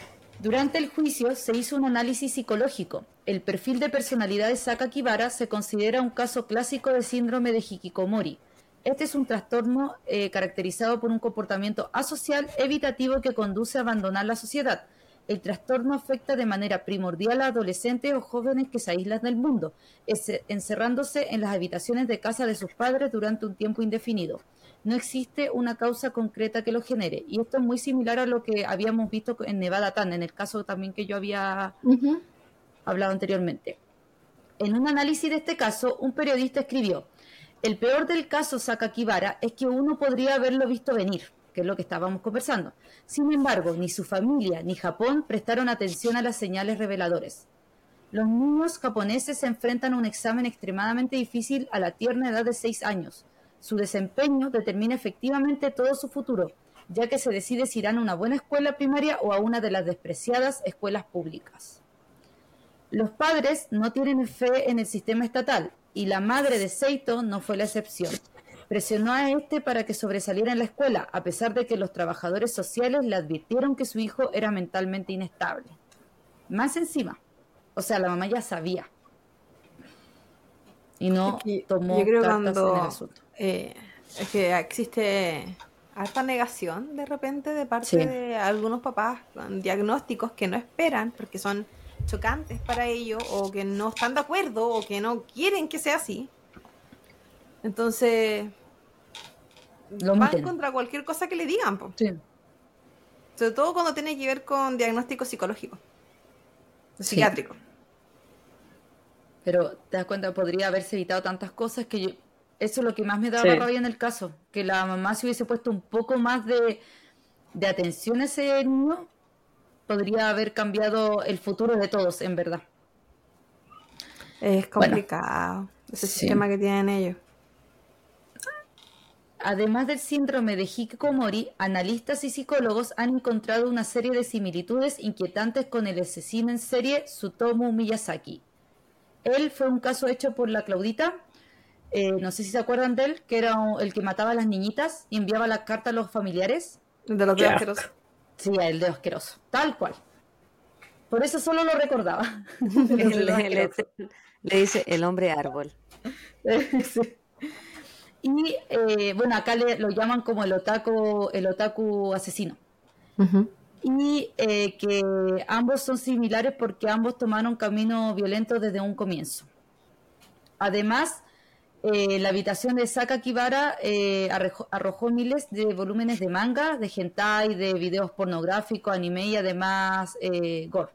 Durante el juicio se hizo un análisis psicológico. El perfil de personalidad de Sakakibara se considera un caso clásico de síndrome de Hikikomori. Este es un trastorno eh, caracterizado por un comportamiento asocial evitativo que conduce a abandonar la sociedad. El trastorno afecta de manera primordial a adolescentes o jóvenes que se aíslan del mundo, encerrándose en las habitaciones de casa de sus padres durante un tiempo indefinido. No existe una causa concreta que lo genere, y esto es muy similar a lo que habíamos visto en Nevada Tan, en el caso también que yo había uh-huh. hablado anteriormente. En un análisis de este caso, un periodista escribió: el peor del caso Sakakibara es que uno podría haberlo visto venir, que es lo que estábamos conversando. Sin embargo, ni su familia ni Japón prestaron atención a las señales reveladoras. Los niños japoneses se enfrentan a un examen extremadamente difícil a la tierna edad de seis años. Su desempeño determina efectivamente todo su futuro, ya que se decide si irán a una buena escuela primaria o a una de las despreciadas escuelas públicas. Los padres no tienen fe en el sistema estatal, y la madre de Seito no fue la excepción. Presionó a este para que sobresaliera en la escuela, a pesar de que los trabajadores sociales le advirtieron que su hijo era mentalmente inestable. Más encima, o sea, la mamá ya sabía. Y no es que tomó yo creo cartas cuando, en el asunto. Eh, es que existe harta negación de repente de parte Sí. de algunos papás con diagnósticos que no esperan porque son chocantes para ellos, o que no están de acuerdo, o que no quieren que sea así. Entonces Lo van omiten. contra cualquier cosa que le digan, po. Sí. Sobre todo cuando tiene que ver con diagnóstico psicológico, Sí. psiquiátrico. Pero te das cuenta, podría haberse evitado tantas cosas que yo... Eso es lo que más me daba Sí. rabia en el caso, que la mamá se hubiese puesto un poco más de, de atención a ese niño, podría haber cambiado el futuro de todos, en verdad. Es complicado, bueno, ese sí. sistema que tienen ellos. Además del síndrome de Hikikomori, analistas y psicólogos han encontrado una serie de similitudes inquietantes con el asesino en serie Tsutomu Miyazaki. Él fue un caso hecho por la Claudita, eh, no sé si se acuerdan de él, que era el que mataba a las niñitas y enviaba la carta a los familiares. De los dedos asquerosos. Sí, el dedo asqueroso, tal cual. Por eso solo lo recordaba. le, le, le dice el hombre árbol. Sí. Y eh, bueno, acá le, lo llaman como el otaku, el otaku asesino. Uh-huh. Y eh, que ambos son similares porque ambos tomaron camino violento desde un comienzo. Además, eh, la habitación de Sakakibara eh, arrojó, arrojó miles de volúmenes de manga, de hentai, de videos pornográficos, anime y además eh, gore.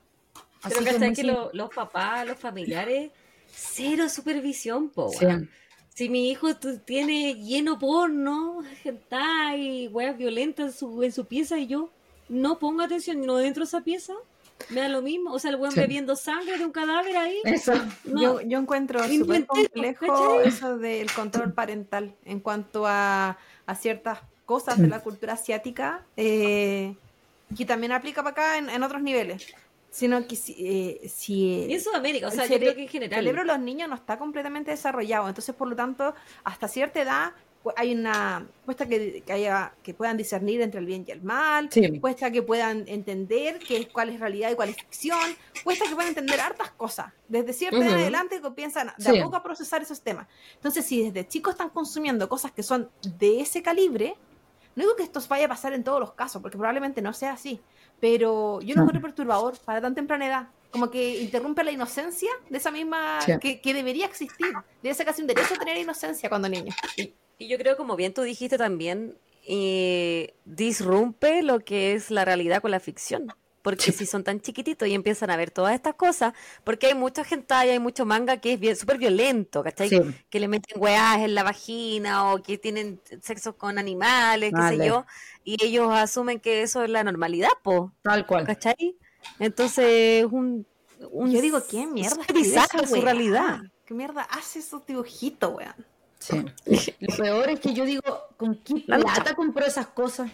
Así Pero que, que, que lo, los papás, los familiares, cero supervisión, po. Sí. Si mi hijo tiene lleno porno, hentai, weas violentas en su, en su pieza y yo no pongo atención, no dentro de esa pieza, me da lo mismo. O sea, el weón sí. bebiendo sangre de un cadáver ahí. Eso. No. Yo, yo encuentro súper complejo ¿cachai? Eso del control parental en cuanto a, a ciertas cosas de la cultura asiática, eh, que también aplica para acá en, en otros niveles. Sino que si... Eh, si en Sudamérica, o sea, yo creo que en general. El cerebro de los niños no está completamente desarrollado, entonces por lo tanto, hasta cierta edad hay una... Cuesta que, que, haya, que puedan discernir entre el bien y el mal, sí. Cuesta que puedan entender qué, cuál es realidad y cuál es ficción, cuesta que puedan entender hartas cosas, desde cierta uh-huh. edad en adelante que piensan de sí. a poco a procesar esos temas. Entonces, si desde chicos están consumiendo cosas que son de ese calibre, no digo que esto vaya a pasar en todos los casos, porque probablemente no sea así, pero yo lo encuentro perturbador para tan temprana edad, como que interrumpe la inocencia de esa misma, sí. que, que debería existir, debe ser casi un derecho a tener inocencia cuando niño. Y, y yo creo, como bien tú dijiste también, eh, disrumpe lo que es la realidad con la ficción. Porque sí. si son tan chiquititos y empiezan a ver todas estas cosas, porque hay mucha hentai, hay mucho manga que es súper violento, ¿cachai? Sí. Que le meten weás en la vagina o que tienen sexo con animales, vale. qué sé yo, y ellos asumen que eso es la normalidad, po. Tal cual. ¿Cachai? Entonces, un... un yo digo, ¿qué mierda es bizarra su realidad? ¿Qué mierda hace esos dibujitos, weón? Sí. Lo peor es que yo digo, ¿con qué plata compró esas cosas?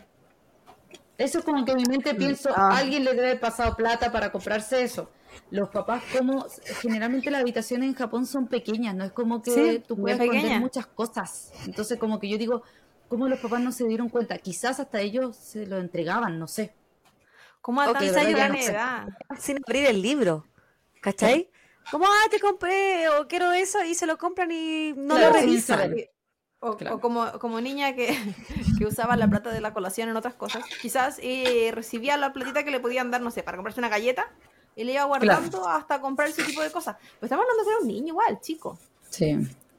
Eso es como que en mi mente pienso, ah. alguien le debe haber pasado plata para comprarse eso. Los papás, como generalmente las habitaciones en Japón son pequeñas, no es como que sí, tú puedas esconder muchas cosas. Entonces como que yo digo, ¿cómo los papás no se dieron cuenta? Quizás hasta ellos se lo entregaban, no sé. ¿Cómo a O tan quizá yo temprana no sé. edad? Sin abrir el libro, ¿cachai? Como, ah, te compré o quiero eso y se lo compran y no Claro, lo sin revisan. saber. O, Claro. o como, como niña que, que usaba la plata de la colación en otras cosas. Quizás eh, recibía la platita que le podían dar, no sé, para comprarse una galleta y le iba guardando Claro. hasta comprar ese tipo de cosas. Pero estamos hablando que era un niño igual, chico. Sí.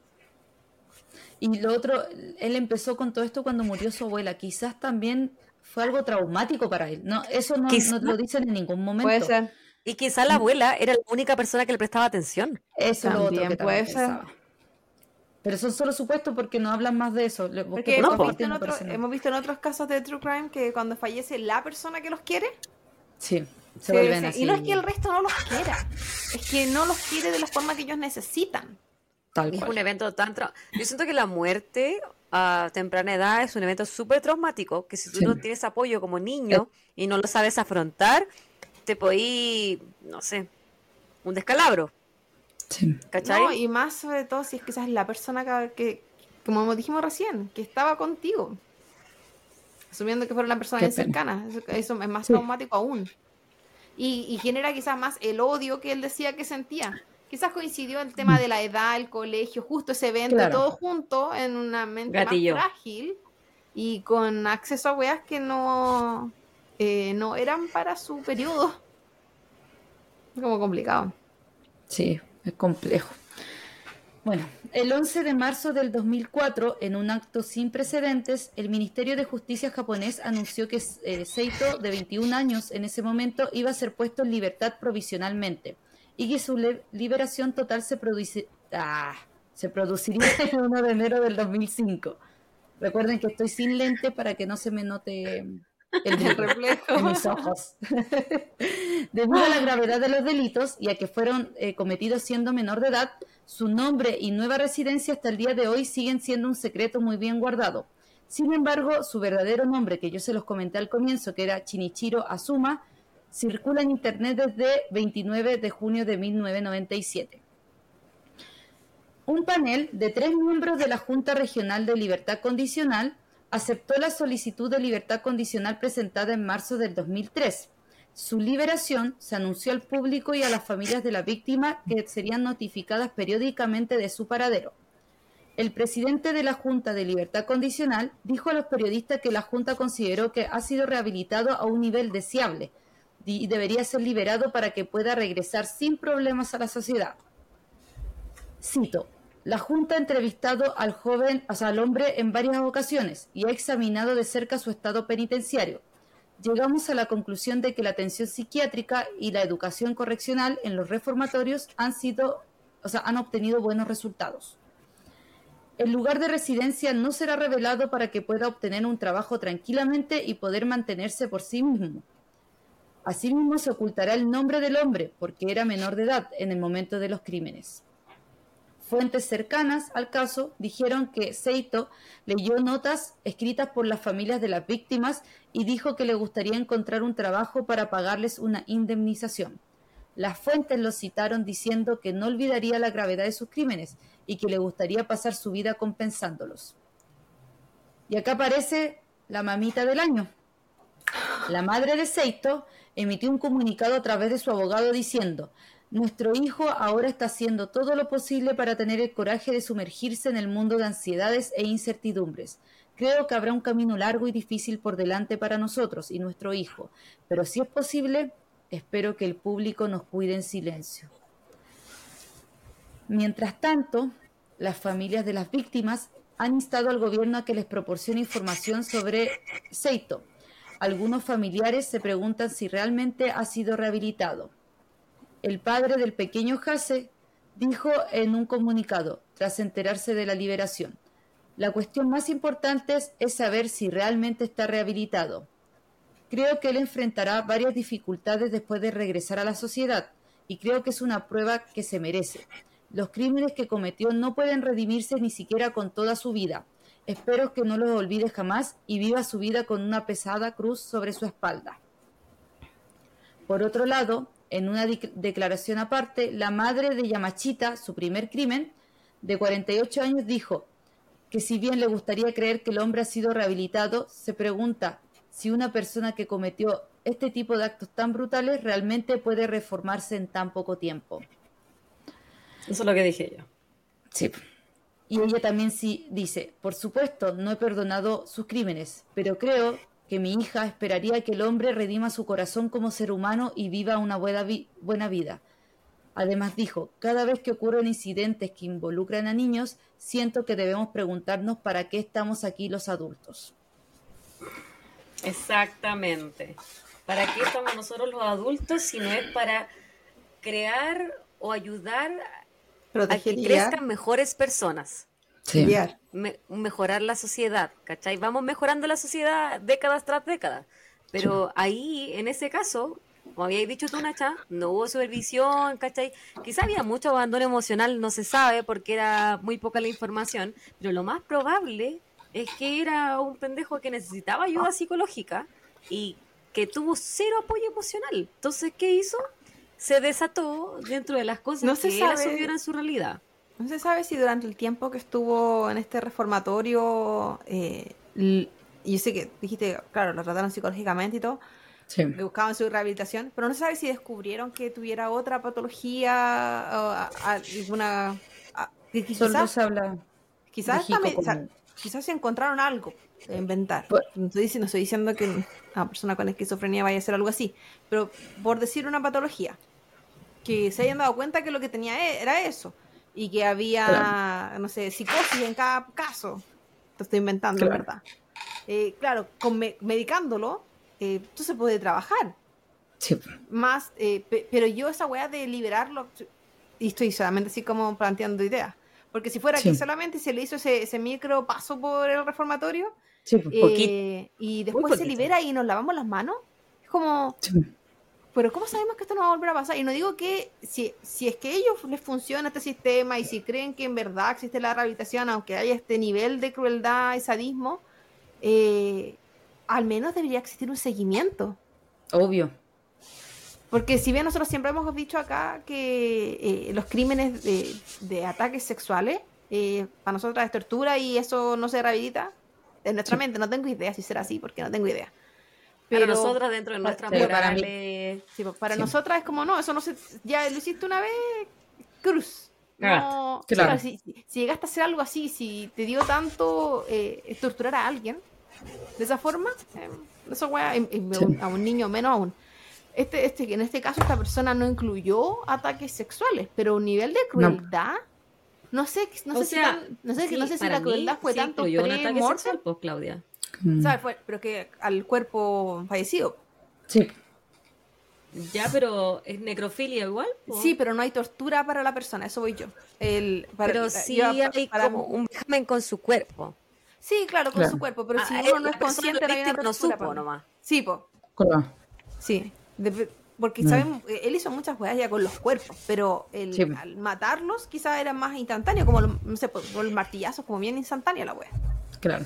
Y lo otro, él empezó con todo esto cuando murió su abuela. Quizás también fue algo traumático para él. No, eso no, Quizá, no lo dicen en ningún Puede momento. ser. y quizá la abuela era la única persona que le prestaba atención. Eso es lo otro que También también puede ser. pensaba. Pero son solo supuestos porque no hablan más de eso. Le busqué Porque por No, hemos todas po. visto partes y en no otro, aparece nada. hemos visto en otros casos de True Crime que cuando fallece la persona que los quiere, Sí, se se- vuelven se- así. y no es que el resto no los quiera, es que no los quiere de la forma que ellos necesitan. Tal Y es un cual. evento tan... trau- Yo siento que la muerte a temprana edad es un evento súper traumático, que si tú Sí. no tienes apoyo como Eh, niño y no lo sabes afrontar, te podí, no sé, un descalabro, sí. ¿cachai? No, y más sobre todo si es que esa es la persona que, que, como dijimos recién, que estaba contigo. Asumiendo que fuera una persona Qué bien pena. cercana. Eso, eso es más Sí. traumático aún. Y, y genera quizás más el odio que él decía que sentía. Quizás coincidió el tema de la edad, el colegio, justo ese evento, Claro. todo junto en una mente Gatillo. más frágil y con acceso a weas que no, eh, no eran para su periodo. Como complicado. Sí, es complejo. Bueno, el once de marzo del dos mil cuatro, en un acto sin precedentes, el Ministerio de Justicia japonés anunció que eh, Seito, de veintiún años en ese momento, iba a ser puesto en libertad provisionalmente y que su le- liberación total se, produci- ah, se produciría el uno de enero del dos mil cinco. Recuerden que estoy sin lente para que no se me note el El brillo reflejo. en mis ojos. Debido a la gravedad de los delitos y a que fueron eh, cometidos siendo menor de edad, su nombre y nueva residencia hasta el día de hoy siguen siendo un secreto muy bien guardado. Sin embargo, su verdadero nombre, que yo se los comenté al comienzo, que era Shinichiro Azuma, circula en internet desde veintinueve de junio de mil novecientos noventa y siete. Un panel de tres miembros de la Junta Regional de Libertad Condicional aceptó la solicitud de libertad condicional presentada en marzo del dos mil tres. Su liberación se anunció al público y a las familias de la víctima, que serían notificadas periódicamente de su paradero. El presidente de la Junta de Libertad Condicional dijo a los periodistas que la Junta consideró que ha sido rehabilitado a un nivel deseable y debería ser liberado para que pueda regresar sin problemas a la sociedad. Cito: la Junta ha entrevistado al joven, o sea, al hombre en varias ocasiones y ha examinado de cerca su estado penitenciario. Llegamos a la conclusión de que la atención psiquiátrica y la educación correccional en los reformatorios han sido, o sea, han obtenido buenos resultados. El lugar de residencia no será revelado para que pueda obtener un trabajo tranquilamente y poder mantenerse por sí mismo. Asimismo, se ocultará el nombre del hombre porque era menor de edad en el momento de los crímenes. Fuentes cercanas al caso dijeron que Seito leyó notas escritas por las familias de las víctimas y dijo que le gustaría encontrar un trabajo para pagarles una indemnización. Las fuentes lo citaron diciendo que no olvidaría la gravedad de sus crímenes y que le gustaría pasar su vida compensándolos. Y acá aparece la mamita del año. La madre de Seito emitió un comunicado a través de su abogado diciendo: nuestro hijo ahora está haciendo todo lo posible para tener el coraje de sumergirse en el mundo de ansiedades e incertidumbres. Creo que habrá un camino largo y difícil por delante para nosotros y nuestro hijo, pero si es posible, espero que el público nos cuide en silencio. Mientras tanto, las familias de las víctimas han instado al gobierno a que les proporcione información sobre Seito. Algunos familiares se preguntan si realmente ha sido rehabilitado. El padre del pequeño Hase dijo en un comunicado, tras enterarse de la liberación: la cuestión más importante es, es saber si realmente está rehabilitado. Creo que él enfrentará varias dificultades después de regresar a la sociedad y creo que es una prueba que se merece. Los crímenes que cometió no pueden redimirse ni siquiera con toda su vida. Espero que no los olvide jamás y viva su vida con una pesada cruz sobre su espalda. Por otro lado, en una de- declaración aparte, la madre de Yamachita, su primer crimen, de cuarenta y ocho años, dijo que si bien le gustaría creer que el hombre ha sido rehabilitado, se pregunta si una persona que cometió este tipo de actos tan brutales realmente puede reformarse en tan poco tiempo. Eso es lo que dije yo. Sí. Y ella también sí dice, por supuesto, no he perdonado sus crímenes, pero creo que mi hija esperaría que el hombre redima su corazón como ser humano y viva una buena, vi- buena vida. Además dijo, cada vez que ocurren incidentes que involucran a niños, siento que debemos preguntarnos para qué estamos aquí los adultos. Exactamente. ¿Para qué estamos nosotros los adultos si no es para crear o ayudar a Proteger que y crezcan guiar. mejores personas? Sí. Guiar. Me- mejorar la sociedad, ¿cachai? Vamos mejorando la sociedad décadas tras décadas. Pero ahí, en ese caso, como habíais dicho tú, Nacha, no hubo supervisión, ¿cachai? Quizá había mucho abandono emocional, no se sabe porque era muy poca la información, pero lo más probable es que era un pendejo que necesitaba ayuda psicológica y que tuvo cero apoyo emocional. Entonces, ¿qué hizo? Se desató dentro de las cosas No se que él sabe. asumió eran su realidad. No se sabe si durante el tiempo que estuvo en este reformatorio, eh, l- y yo sé que dijiste, claro, lo trataron psicológicamente y todo, Sí. que buscaban su rehabilitación, pero no se sabe si descubrieron que tuviera otra patología o a- a- alguna... a- que qui- Solo quizás, se habla quizás, de está Jico me- o sea, como... quizás se encontraron algo de inventar. Pues- No estoy, dic- no estoy diciendo que una persona con esquizofrenia vaya a hacer algo así, pero por decir una patología, que se hayan dado cuenta que lo que tenía e- era eso y que había, Claro. no sé, psicosis en cada caso. Te estoy inventando, en Claro. verdad. Eh, claro, con me- medicándolo, eh, tú se puede trabajar Sí. más, eh, pe- pero yo esa weá de liberarlo, y estoy solamente así como planteando ideas, porque si fuera Sí. que solamente se le hizo ese, ese micro paso por el reformatorio, Sí, pues, Poquito. eh, y después se poquito. libera y nos lavamos las manos, es como, sí. pero ¿cómo sabemos que esto no va a volver a pasar? Y no digo que si, si es que a ellos les funciona este sistema y si creen que en verdad existe la rehabilitación, aunque haya este nivel de crueldad y sadismo, eh, al menos debería existir un seguimiento. Obvio. Porque si bien nosotros siempre hemos dicho acá que eh, los crímenes de, de ataques sexuales, eh, para nosotros es tortura y eso no se rehabilita, en nuestra Sí. mente, no tengo idea si será así, porque no tengo idea. Para Pero nosotras, dentro de pa- nuestras pero para mí- morales, sí, pues, para Sí. nosotras es como, no, eso no se... Ya lo hiciste una vez, cruz. No, Claro. claro, si, si- si llegaste a hacer algo así, si te dio tanto eh, torturar a alguien de esa forma, eh, eso weá, y- y Sí. a un niño menos aún. Este, este, en este caso, esta persona no incluyó ataques sexuales, pero un nivel de crueldad, no, sé, no o sé sea, si tan- no sé, sí, no sé si para la mí crueldad fue sí tanto incluyó un ataque pre-mortem, sexual, pues, Claudia. Mm. ¿sabes? Fue- pero que al cuerpo fallecido. Sí. Ya, pero es necrofilia igual, po. Sí, pero no hay tortura para la persona, eso voy yo. El, para- Pero yo- sí hay para- como un vejamen con su cuerpo. Sí, claro, con Claro. su cuerpo, pero Ah, si eh, uno no la es persona, consciente, la no hay una víctima no tortura. supo pa' mí. nomás. Sí, po, Claro. sí. De- porque Mm. sabemos, eh, él hizo muchas weas ya con los cuerpos, pero el, Sí. al matarlos quizás era más instantáneo, como los, no sé, por, por el martillazo, como bien instantánea la wea. Claro.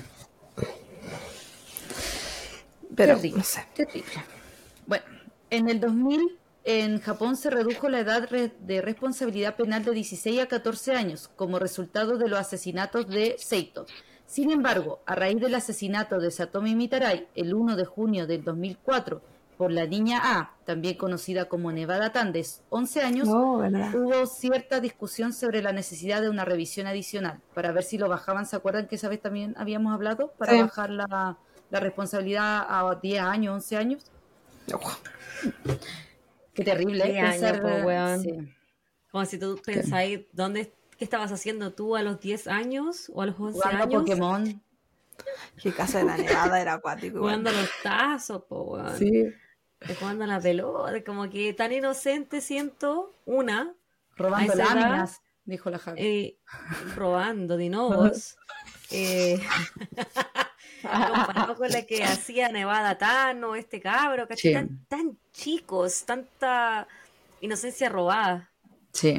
Pero, Terrible. no sé. Terrible. Bueno, en el dos mil en Japón se redujo la edad re- de responsabilidad penal de dieciséis a catorce años como resultado de los asesinatos de Seito. Sin embargo, a raíz del asesinato de Satomi Mitarai el uno de junio del dos mil cuatro por la niña A, también conocida como Nevada Tan, de once años, No, ¿verdad? hubo cierta discusión sobre la necesidad de una revisión adicional para ver si lo bajaban. ¿Se acuerdan que esa vez también habíamos hablado? Para Sí. bajar la, la responsabilidad a diez años, once años. Qué terrible, ¿eh? diez años, Pensar, po, weón. sí. Como si tú pensáis, ¿dónde, ¿qué estabas haciendo tú a los diez años o a los once Jugando a años? Pokémon. Que el caso de la nevada era acuático. igual. Jugando a los tazos, po, weón. Sí. De jugando a la pelota, como que tan inocente siento, una, Robando a esa edad, láminas, dijo la Javi. eh, robando dinobos, eh, comparado con la que hacía Nevada Tano, este cabro, ¿cachai? Sí. Tan, tan chicos, tanta inocencia robada. Sí.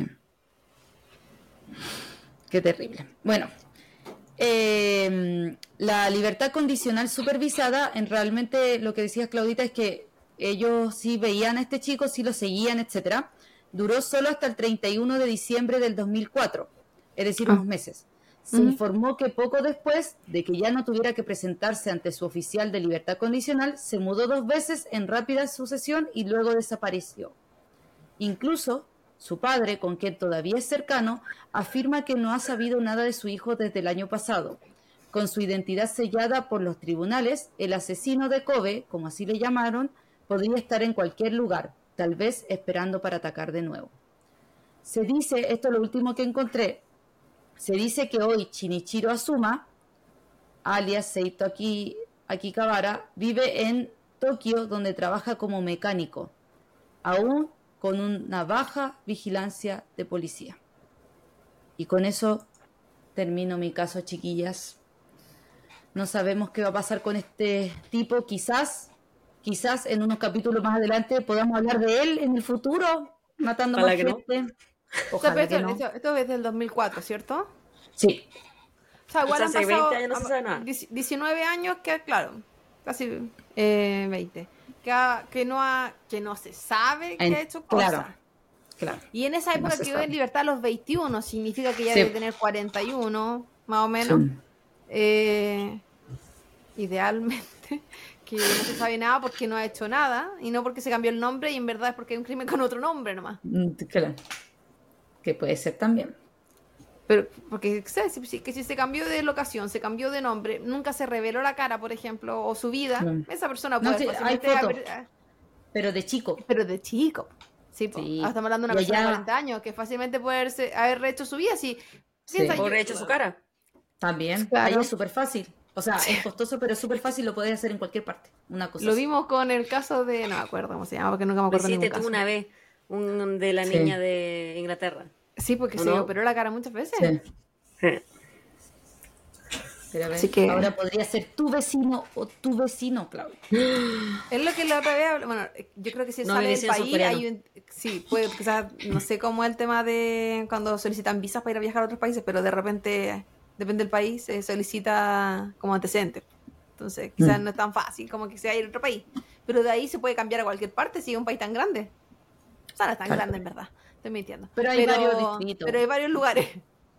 Qué terrible. Bueno, eh, la libertad condicional supervisada, en realmente lo que decía Claudita es que ellos sí veían a este chico, sí lo seguían, etcétera. Duró solo hasta el treinta y uno de diciembre del dos mil cuatro, es decir, Ah. unos meses. Se Ujú. informó que poco después de que ya no tuviera que presentarse ante su oficial de libertad condicional, se mudó dos veces en rápida sucesión y luego desapareció. Incluso, su padre, con quien todavía es cercano, afirma que no ha sabido nada de su hijo desde el año pasado. Con su identidad sellada por los tribunales, el asesino de Kobe, como así le llamaron, podría estar en cualquier lugar, tal vez esperando para atacar de nuevo. Se dice, esto es lo último que encontré, se dice que hoy Shinichiro Azuma, alias Seito Aki, Akikabara, vive en Tokio, donde trabaja como mecánico, aún con una baja vigilancia de policía. Y con eso termino mi caso, chiquillas. No sabemos qué va a pasar con este tipo. Quizás, quizás en unos capítulos más adelante podamos hablar de él en el futuro, matando Ojalá más que no. gente. O sea, pero Ojalá esto, que no. esto- esto es del dos mil cuatro, ¿cierto? Sí, O sea, O igual sea, han hace veinte pasado años no se ah, sabe nada. dieci- diecinueve años que, claro, casi eh, veinte. Que, ha- que, no ha, que no se sabe que En- ha hecho cosas. claro, claro. Y en esa Que no época se quedó en sabe. libertad a los veintiuno, significa que ya Sí. debe tener cuarenta y uno, más o menos. Sí. Eh, idealmente, que no se sabe nada porque no ha hecho nada, y no porque se cambió el nombre, y en verdad es porque hay un crimen con otro nombre nomás. Mm, claro. Que puede ser también. Pero, porque ¿sabes? Si, si- que si se cambió de locación, se cambió de nombre, nunca se reveló la cara, por ejemplo, o su vida, Mm. esa persona No, puede sí, hay fácilmente fotos. haber- ah, Pero de chico. pero de chico. Sí, po. Sí. Ah, estamos hablando de una Y persona de allá- cuarenta años que fácilmente puede haberse- haber rehecho su vida. Si, Sí. piensa, O yo- rehecho su cara. También. Claro. Ahí es súper fácil. O sea, es costoso, pero es súper fácil. Lo podés hacer en cualquier parte. Una cosa Lo así. vimos con el caso de. No me acuerdo cómo se llama, porque nunca me Lo acuerdo de hiciste ningún tú caso. una vez, un de la Sí. niña de Inglaterra. Sí, porque ¿O se no? operó la cara muchas veces. Sí. Sí. Pero a ver, Así que- ahora podría ser tu vecino o tu vecino, Claudia. Es lo que la otra vez, habl- bueno, yo creo que si él No, sale mi del vecino son país, coreanos. hay un, sí, puede, quizás, no sé cómo es el tema de cuando solicitan visas para ir a viajar a otros países, pero de repente, depende del país, se solicita como antecedente. Entonces, quizás Mm. no es tan fácil como que sea ir a otro país. Pero de ahí se puede cambiar a cualquier parte si es un país tan grande. O sea, no es tan Claro. grande en verdad, estoy mintiendo. Pero hay varios distritos. Pero hay varios lugares.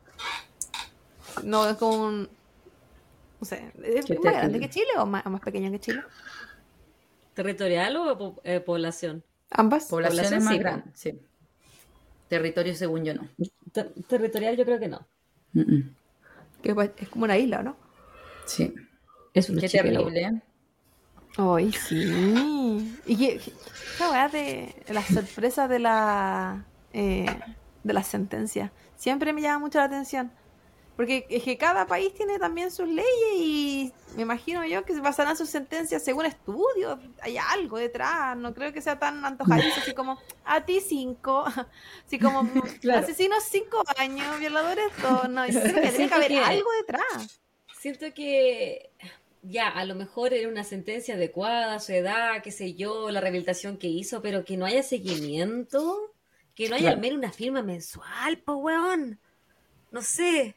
No es como un... No sé, ¿es Qué más grande terrible. que Chile o más, o más pequeño que Chile? ¿Territorial o po- eh, población? Ambas. Población Población es más sí, po. grande, sí. Territorio, según yo, no. Ter- territorial yo creo que no. Mm, mm. Que pues, es como una isla, ¿no? Sí. Es una Qué chica, terrible, ¿eh? Ay, sí. Y que, que- esta weá de las sorpresas de la eh, de las sentencias siempre me llama mucho la atención. Porque es que cada país tiene también sus leyes y me imagino yo que se basarán sus sentencias según estudios. Hay algo detrás. No creo que sea tan antojadizo así como a ti cinco. Así como Claro. asesinos cinco años, violadores dos. No, yo creo que tiene Siento que haber que- algo detrás. Siento que ya, a lo mejor era una sentencia adecuada, su edad, qué sé yo, la rehabilitación que hizo, pero que no haya seguimiento, que no haya Claro. al menos una firma mensual, po weón. No sé.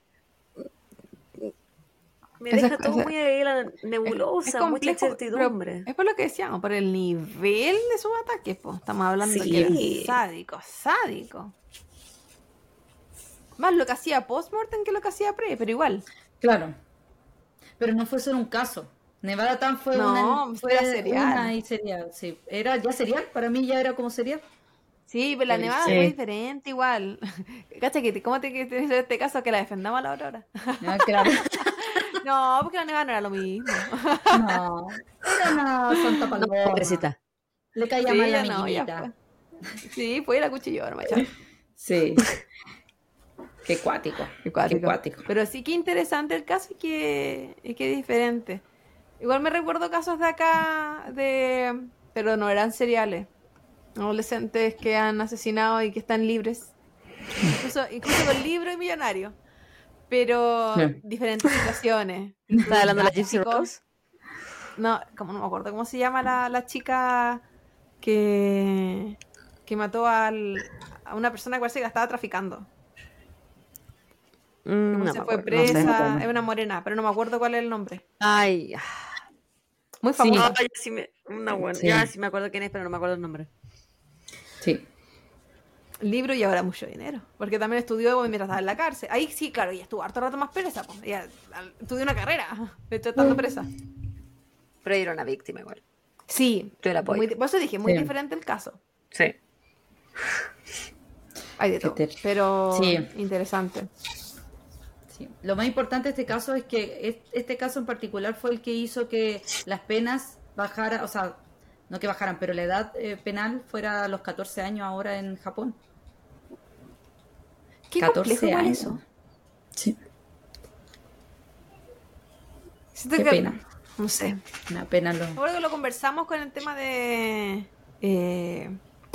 Me Esa- deja todo esa- muy ahí la nebulosa, Es mucha complejo, pero incertidumbre. es por lo que decíamos, por el nivel de sus ataques, pues. Estamos hablando de Sí. que era sádico, sádico. Más lo que hacía postmortem que lo que hacía pre, pero igual. Claro. Pero no fue solo un caso. Nevada Tan fue No, una, fue fue serial. una y serial, sí. Era ya serial, para mí ya era como serial. Sí, pero la Sí. nevada fue diferente igual. Cacha, que te- ¿cómo te que te hizo este caso que la defendamos a la Aurora? Ah, claro. No, porque la nevada no era lo mismo. No. Era una santa No, paloma. pobrecita. Le caía Sí, mal la ya no, ya amiguita. fue. Sí, fue la cuchilló, no macho. Sí. Qué cuático. Qué cuático. Qué cuático. Pero sí que interesante el caso y que, y que diferente. Igual me recuerdo casos de acá, de pero no eran seriales. Adolescentes que han asesinado y que están libres. Incluso, incluso con libro y millonario. Pero Sí. diferentes situaciones. ¿Estás hablando de la Gypsy Chicos, Rose? No, como no me acuerdo cómo se llama la, la chica que, que mató al, a una persona que parece que la estaba traficando. Mm, Como no se me fue acuerdo, no sé. presa, es una morena, pero no me acuerdo cuál es el nombre. Ay, Muy Sí. famosa. ah, ya sí me, una buena. Sí. Ya sí me acuerdo quién es, pero no me acuerdo el nombre. Sí. libro y ahora mucho dinero. Porque también estudió mientras estaba en la cárcel. Ahí sí, claro, y estuvo harto rato más presa. Pues. Ella al- estudió una carrera, de hecho, estando presa. Pero era una víctima igual. Sí, Yo la apoyo. muy, por eso dije, muy Sí. diferente el caso. Sí. Hay de Qué todo, ter- pero Sí. interesante. Sí. Lo más importante de este caso es que es- este caso en particular fue el que hizo que las penas bajaran, o sea, no que bajaran, pero la edad eh, penal fuera a los catorce años ahora en Japón. Qué catorce complejo igual años. eso. Sí, Siento qué que- pena. No sé. Una pena lo... Ahora que lo conversamos con el tema de... eh,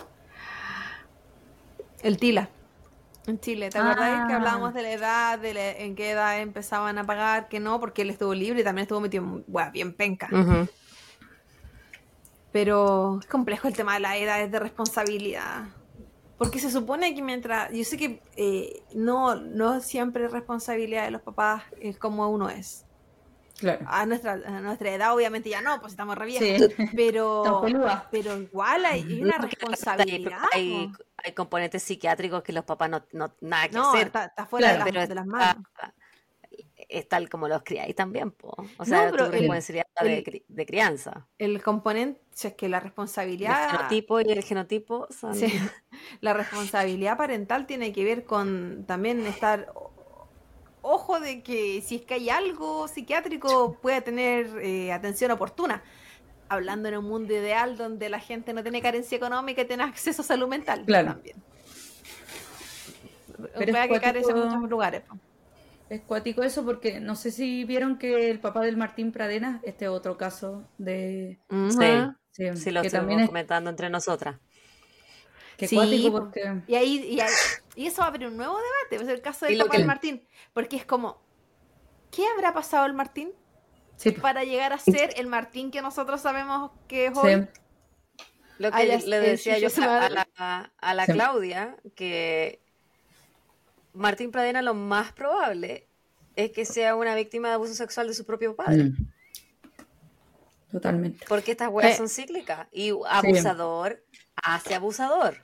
el Tila. En Chile, ¿te acuerdas que Ah. hablábamos de la edad, de la- en qué edad empezaban a pagar, que no, porque él estuvo libre y también estuvo metido en, bueno, bien penca. Ujú. Pero es complejo el tema de la edad, es de responsabilidad. Porque se supone que mientras, yo sé que eh, no, no siempre es responsabilidad de los papás es como uno es. Claro. A nuestra, a nuestra edad obviamente ya no, pues estamos re viejos. Sí. Estamos Pero, peludas. pero igual hay, hay una No, que responsabilidad. Hay, po. hay componentes psiquiátricos que los papás no, no nada que No, hacer. está, está fuera Claro, de, pero las, de las está- manos. es tal como los criáis también, po. O sea, pero tu el- responsabilidad de, el- cri- de crianza. El componente, si es que la El responsabilidad, genotipo y el genotipo son... sí, la responsabilidad parental tiene que ver con también estar o- ojo de que si es que hay algo psiquiátrico pueda tener eh, atención oportuna. Hablando en un mundo ideal donde la gente no tiene carencia económica y tiene acceso a salud mental Claro. también. Pero Puede es que carece en cuático- muchos lugares. po. Es cuático eso porque no sé si vieron que el papá del Martín Pradena, este otro caso de... Ujú. Sí, Sí, sí lo que estuvimos también es comentando entre nosotras. que Sí, cuático po. porque... Y ahí, y ahí- y eso va a abrir un nuevo debate, pues el caso del Y lo papá que- del Martín, porque es como, ¿qué habrá pasado el Martín Sí, para llegar a ser el Martín que nosotros sabemos que es sí, hoy? Lo que Alias le el decía yo chucho a madre. la, a la Sí. Claudia, que Martín Pradena lo más probable es que sea una víctima de abuso sexual de su propio padre. Mm. Totalmente. Porque estas weas Eh. son cíclicas. Y abusador hace abusador.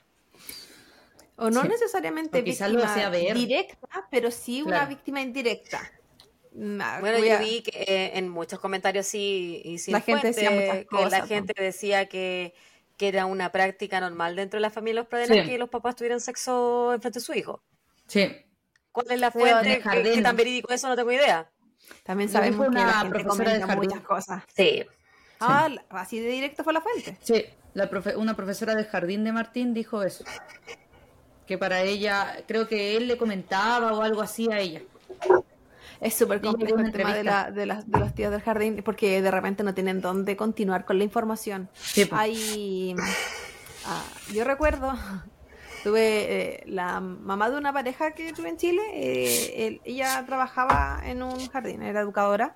O no Sí. necesariamente O quizás lo víctima hacía ver. directa, pero sí una Claro. víctima indirecta. Nah, Bueno, voy yo a- vi que eh, en muchos comentarios sí y sin La gente decía fuente, muchas que cosas, la po. gente decía que, que era una práctica normal dentro de la familia de los Pradenas Sí. que los papás tuvieran sexo en frente de su hijo. Sí. ¿Cuál es la Pero fuente? en ¿Qué, Jardín. qué tan verídico es eso? No tengo idea. También Lo sabemos dijo que una la gente profesora de comenta jardín. muchas cosas. Sí. Ah, la- así de directo fue la fuente. Sí, la profe- una profesora del jardín de Martín dijo eso. Que para ella, creo que él le comentaba o algo así a ella. Es súper Dijo complejo en el una tema de, entrevista. la, de, las, de los tíos del jardín porque de repente no tienen dónde continuar con la información. Sí, pues. Hay, ah, yo recuerdo, tuve eh, la mamá de una pareja que tuve en Chile, eh, él- ella trabajaba en un jardín, era educadora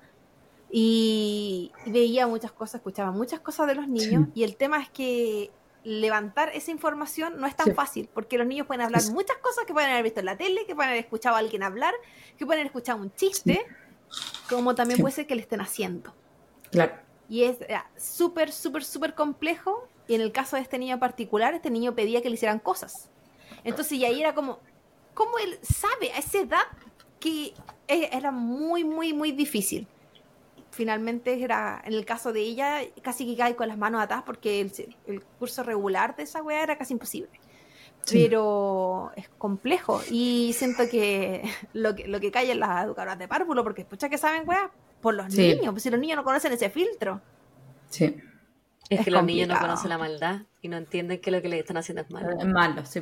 y, y veía muchas cosas, escuchaba muchas cosas de los niños Sí. y el tema es que levantar esa información no es tan Sí. fácil porque los niños pueden hablar Sí. muchas cosas que pueden haber visto en la tele, que pueden haber escuchado a alguien hablar, que pueden haber escuchado un chiste, como también Sí. puede ser que le estén haciendo. Claro. Y es eh, súper, súper, súper complejo. Y en el caso de este niño en particular, este niño pedía que le hicieran cosas. Entonces, y ahí era como, ¿cómo él sabe a esa edad que e- era muy, muy, muy difícil? Finalmente era, en el caso de ella, casi que cae con las manos atadas porque el, el curso regular de esa weá era casi imposible. Sí. Pero es complejo y siento que lo que, lo que cae en las educadoras de párvulo, porque escucha que saben, weá, por los Sí. niños, pues si los niños no conocen ese filtro. Sí. Es, Es que los niños no complicado. conocen la maldad y no entienden que lo que le están haciendo es malo. Es malo, sí.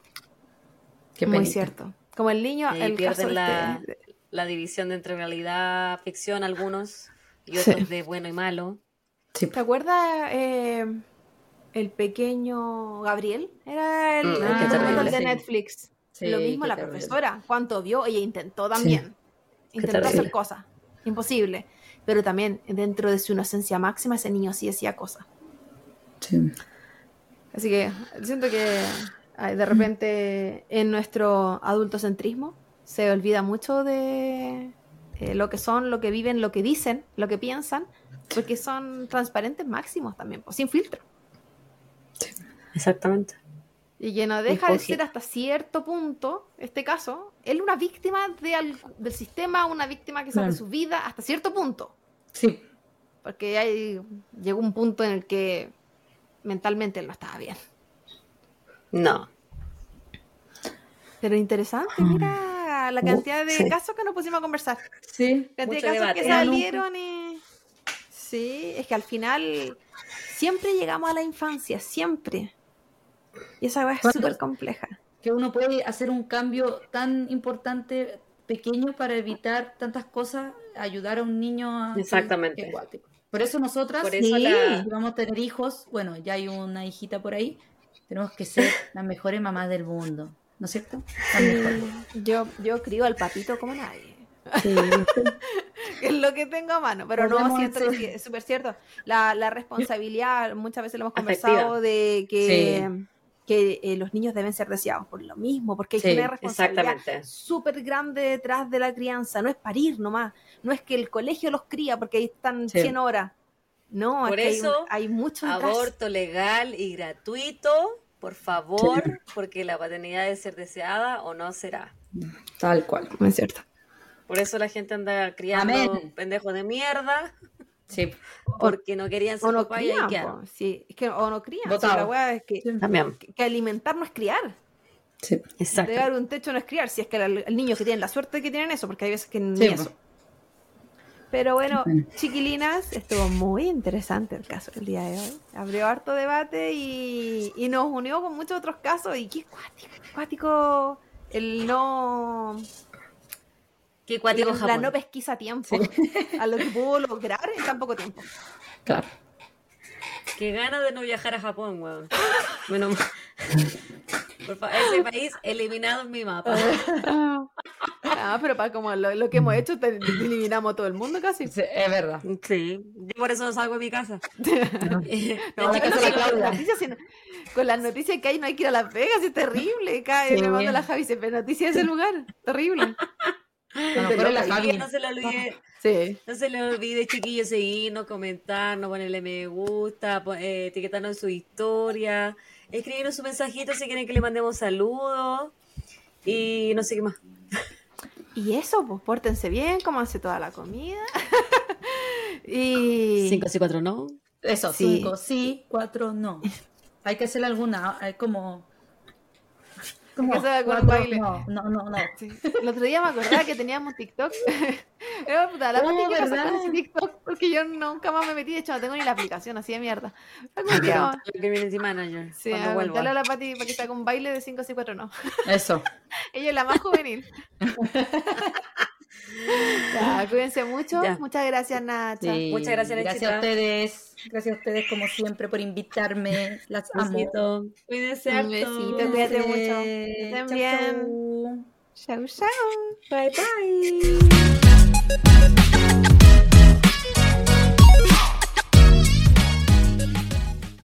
Qué Muy penita. cierto. Como el niño, Y el caso pierden de la, este- la división de entre realidad, ficción, algunos, y Sí. otros de bueno y malo. Sí. ¿Te acuerdas eh, el pequeño Gabriel? Era el, Mm, el qué documental terrible, de sí. Netflix. Sí, Lo mismo qué la terrible. profesora. ¿Cuánto vio? Ella intentó también. Intentó terrible. hacer cosas. Imposible. Pero también, dentro de su inocencia máxima, ese niño sí hacía cosas. Sí. Así que siento que ay, de repente en nuestro adultocentrismo se olvida mucho de eh, lo que son, lo que viven, lo que dicen, lo que piensan, porque son transparentes máximos también, pues, sin filtro. Exactamente. Y que no deja de Escoge. ser hasta cierto punto, este caso, él una víctima de al- del sistema, una víctima quizás Claro. de su vida, hasta cierto punto. Sí. Porque ahí llegó un punto en el que mentalmente él no estaba bien. No. Pero interesante, mira la cantidad de Sí. casos que nos pusimos a conversar. Sí. La cantidad Mucho de casos debate. que salieron y... Sí, es que al final siempre llegamos a la infancia, siempre. Y esa weá es ¿Cuántos- súper compleja. Que uno puede hacer un cambio tan importante, pequeño, para evitar tantas cosas, ayudar a un niño a... Exactamente. Qué guático. Por eso nosotras, Por eso Sí. la... si vamos a tener hijos, bueno, ya hay una hijita por ahí, tenemos que ser las mejores mamás del mundo, ¿no es cierto? Las mejores. Yo, yo crío al papito como nadie. Sí. Es lo que tengo a mano, pero no, Podemos siento que hacer- sí, es súper cierto. La, la responsabilidad, muchas veces lo hemos Afectiva. conversado, de que, Sí. que eh, los niños deben ser deseados por lo mismo, porque hay Sí, que tener responsabilidad exactamente. súper grande detrás de la crianza. No es parir nomás, no es que el colegio los cría porque ahí están Sí. cien horas. No, Por es que hay, eso, un- hay mucho detrás. Aborto legal y gratuito, por favor, porque la paternidad debe ser deseada o no será. Tal cual. No es cierto. Por eso la gente anda criando Amén. pendejos de mierda, Sí. porque no querían ser O no papá y ahí crían, quedaron. po. Sí, es que o no crían. Botado. Sí, la weá es que, Sí. También. que alimentar no es criar. Sí. Exacto. Entregar un techo no es criar, si es que el, el niño que tienen la suerte de que tienen eso, porque hay veces que ni Sí, eso. po. Pero bueno, Bueno. chiquilinas, estuvo muy interesante el caso del día de hoy. Abrió harto debate y, y nos unió con muchos otros casos. Y qué cuático, qué cuático el no... Qué cuático la, la Japón. no pesquisa a tiempo. A lo que pudo lograr en tan poco tiempo. Claro. Qué ganas de no viajar a Japón, weón. Bueno, por favor, ese país eliminado en mi mapa. Ah, pero para como lo, lo que hemos hecho, te- eliminamos a todo el mundo casi. Sí, es verdad. Sí, yo por eso no salgo de mi casa. Eh, No, la con, casa de con la las Claudia. noticias, sino- con las noticias que hay no hay que ir a Las Vegas, es terrible. Cae, Sí. me manda la Javi, dice, pero noticias de ese lugar, terrible. A lo mejor es la Hoy día Javi. no se le olvide, Sí. no se le olvide, chiquillos, seguirnos, comentarnos, ponerle me gusta, po- eh, etiquetarnos en su historia, escribirnos su mensajito si quieren que le mandemos saludos y no sé qué más. Y eso, pues pórtense bien, cómanse toda la comida. y cinco y cuatro no. Eso, Sí. cinco sí, cuatro no. Hay que hacer alguna, eh, como... como que sea con cuatro baile. No, no, no. no. Sí. El otro día me acordaba que teníamos TikTok. Era puta, la Oh, Pati que pasó ¿verdad? con ese TikTok, porque yo nunca más me metí, de hecho no tengo ni la aplicación, así de mierda. Algún Hay que día- contarle al community manager Sí, cuando a vuelva. contarle a la Pati para que saque un baile de cinco sí cuatro no. Eso. Ella es la más juvenil. Ya, cuídense mucho. Ya. Muchas gracias, Nacha. Sí. Muchas gracias, Gracias Nachita. a ustedes. Gracias a ustedes, como siempre, por invitarme. Las amo. Besito. Cuídense Un harto. besito, cuídate mucho. Que estén Chau, bien. chau. Chau, chau. Bye bye.